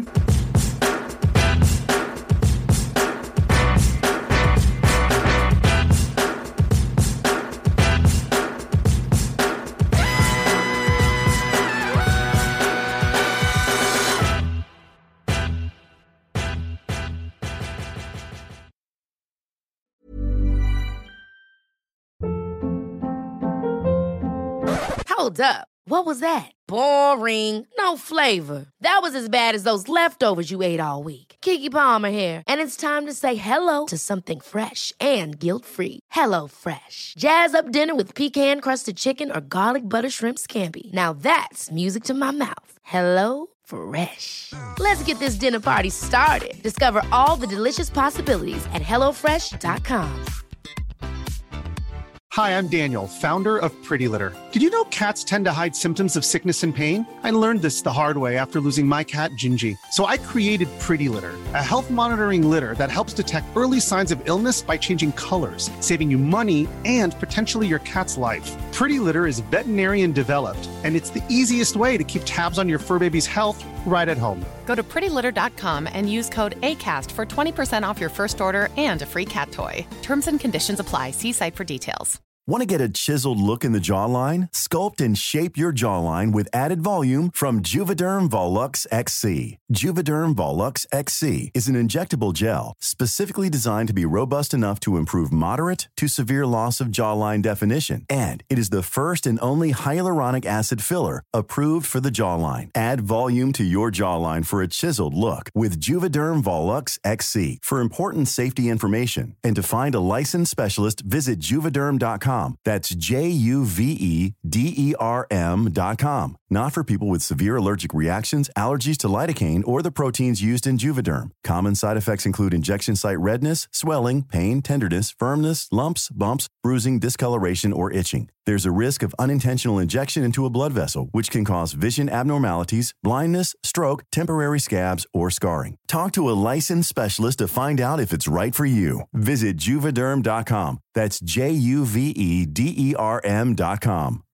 Hold up. What was that? Boring. No flavor. That was as bad as those leftovers you ate all week. Keke Palmer here, and it's time to say hello to something fresh and guilt-free. Hello Fresh. Jazz up dinner with pecan-crusted chicken or garlic butter shrimp scampi. Now that's music to my mouth. Hello Fresh. Let's get this dinner party started. Discover all the delicious possibilities at hellofresh.com. Hi, I'm Daniel, founder of Pretty Litter. Did you know cats tend to hide symptoms of sickness and pain? I learned this the hard way after losing my cat, Gingy. So I created Pretty Litter, a health monitoring litter that helps detect early signs of illness by changing colors, saving you money and potentially your cat's life. Pretty Litter is veterinarian developed, and it's the easiest way to keep tabs on your fur baby's health right at home. Go to prettylitter.com and use code ACAST for 20% off your first order and a free cat toy. Terms and conditions apply. See site for details. Want to get a chiseled look in the jawline? Sculpt and shape your jawline with added volume from Juvederm Volux XC. Juvederm Volux XC is an injectable gel specifically designed to be robust enough to improve moderate to severe loss of jawline definition. And it is the first and only hyaluronic acid filler approved for the jawline. Add volume to your jawline for a chiseled look with Juvederm Volux XC. For important safety information and to find a licensed specialist, visit Juvederm.com. That's Juvederm.com. Not for people with severe allergic reactions, allergies to lidocaine, or the proteins used in Juvederm. Common side effects include injection site redness, swelling, pain, tenderness, firmness, lumps, bumps, bruising, discoloration, or itching. There's a risk of unintentional injection into a blood vessel, which can cause vision abnormalities, blindness, stroke, temporary scabs, or scarring. Talk to a licensed specialist to find out if it's right for you. Visit Juvederm.com. That's Juvederm.com.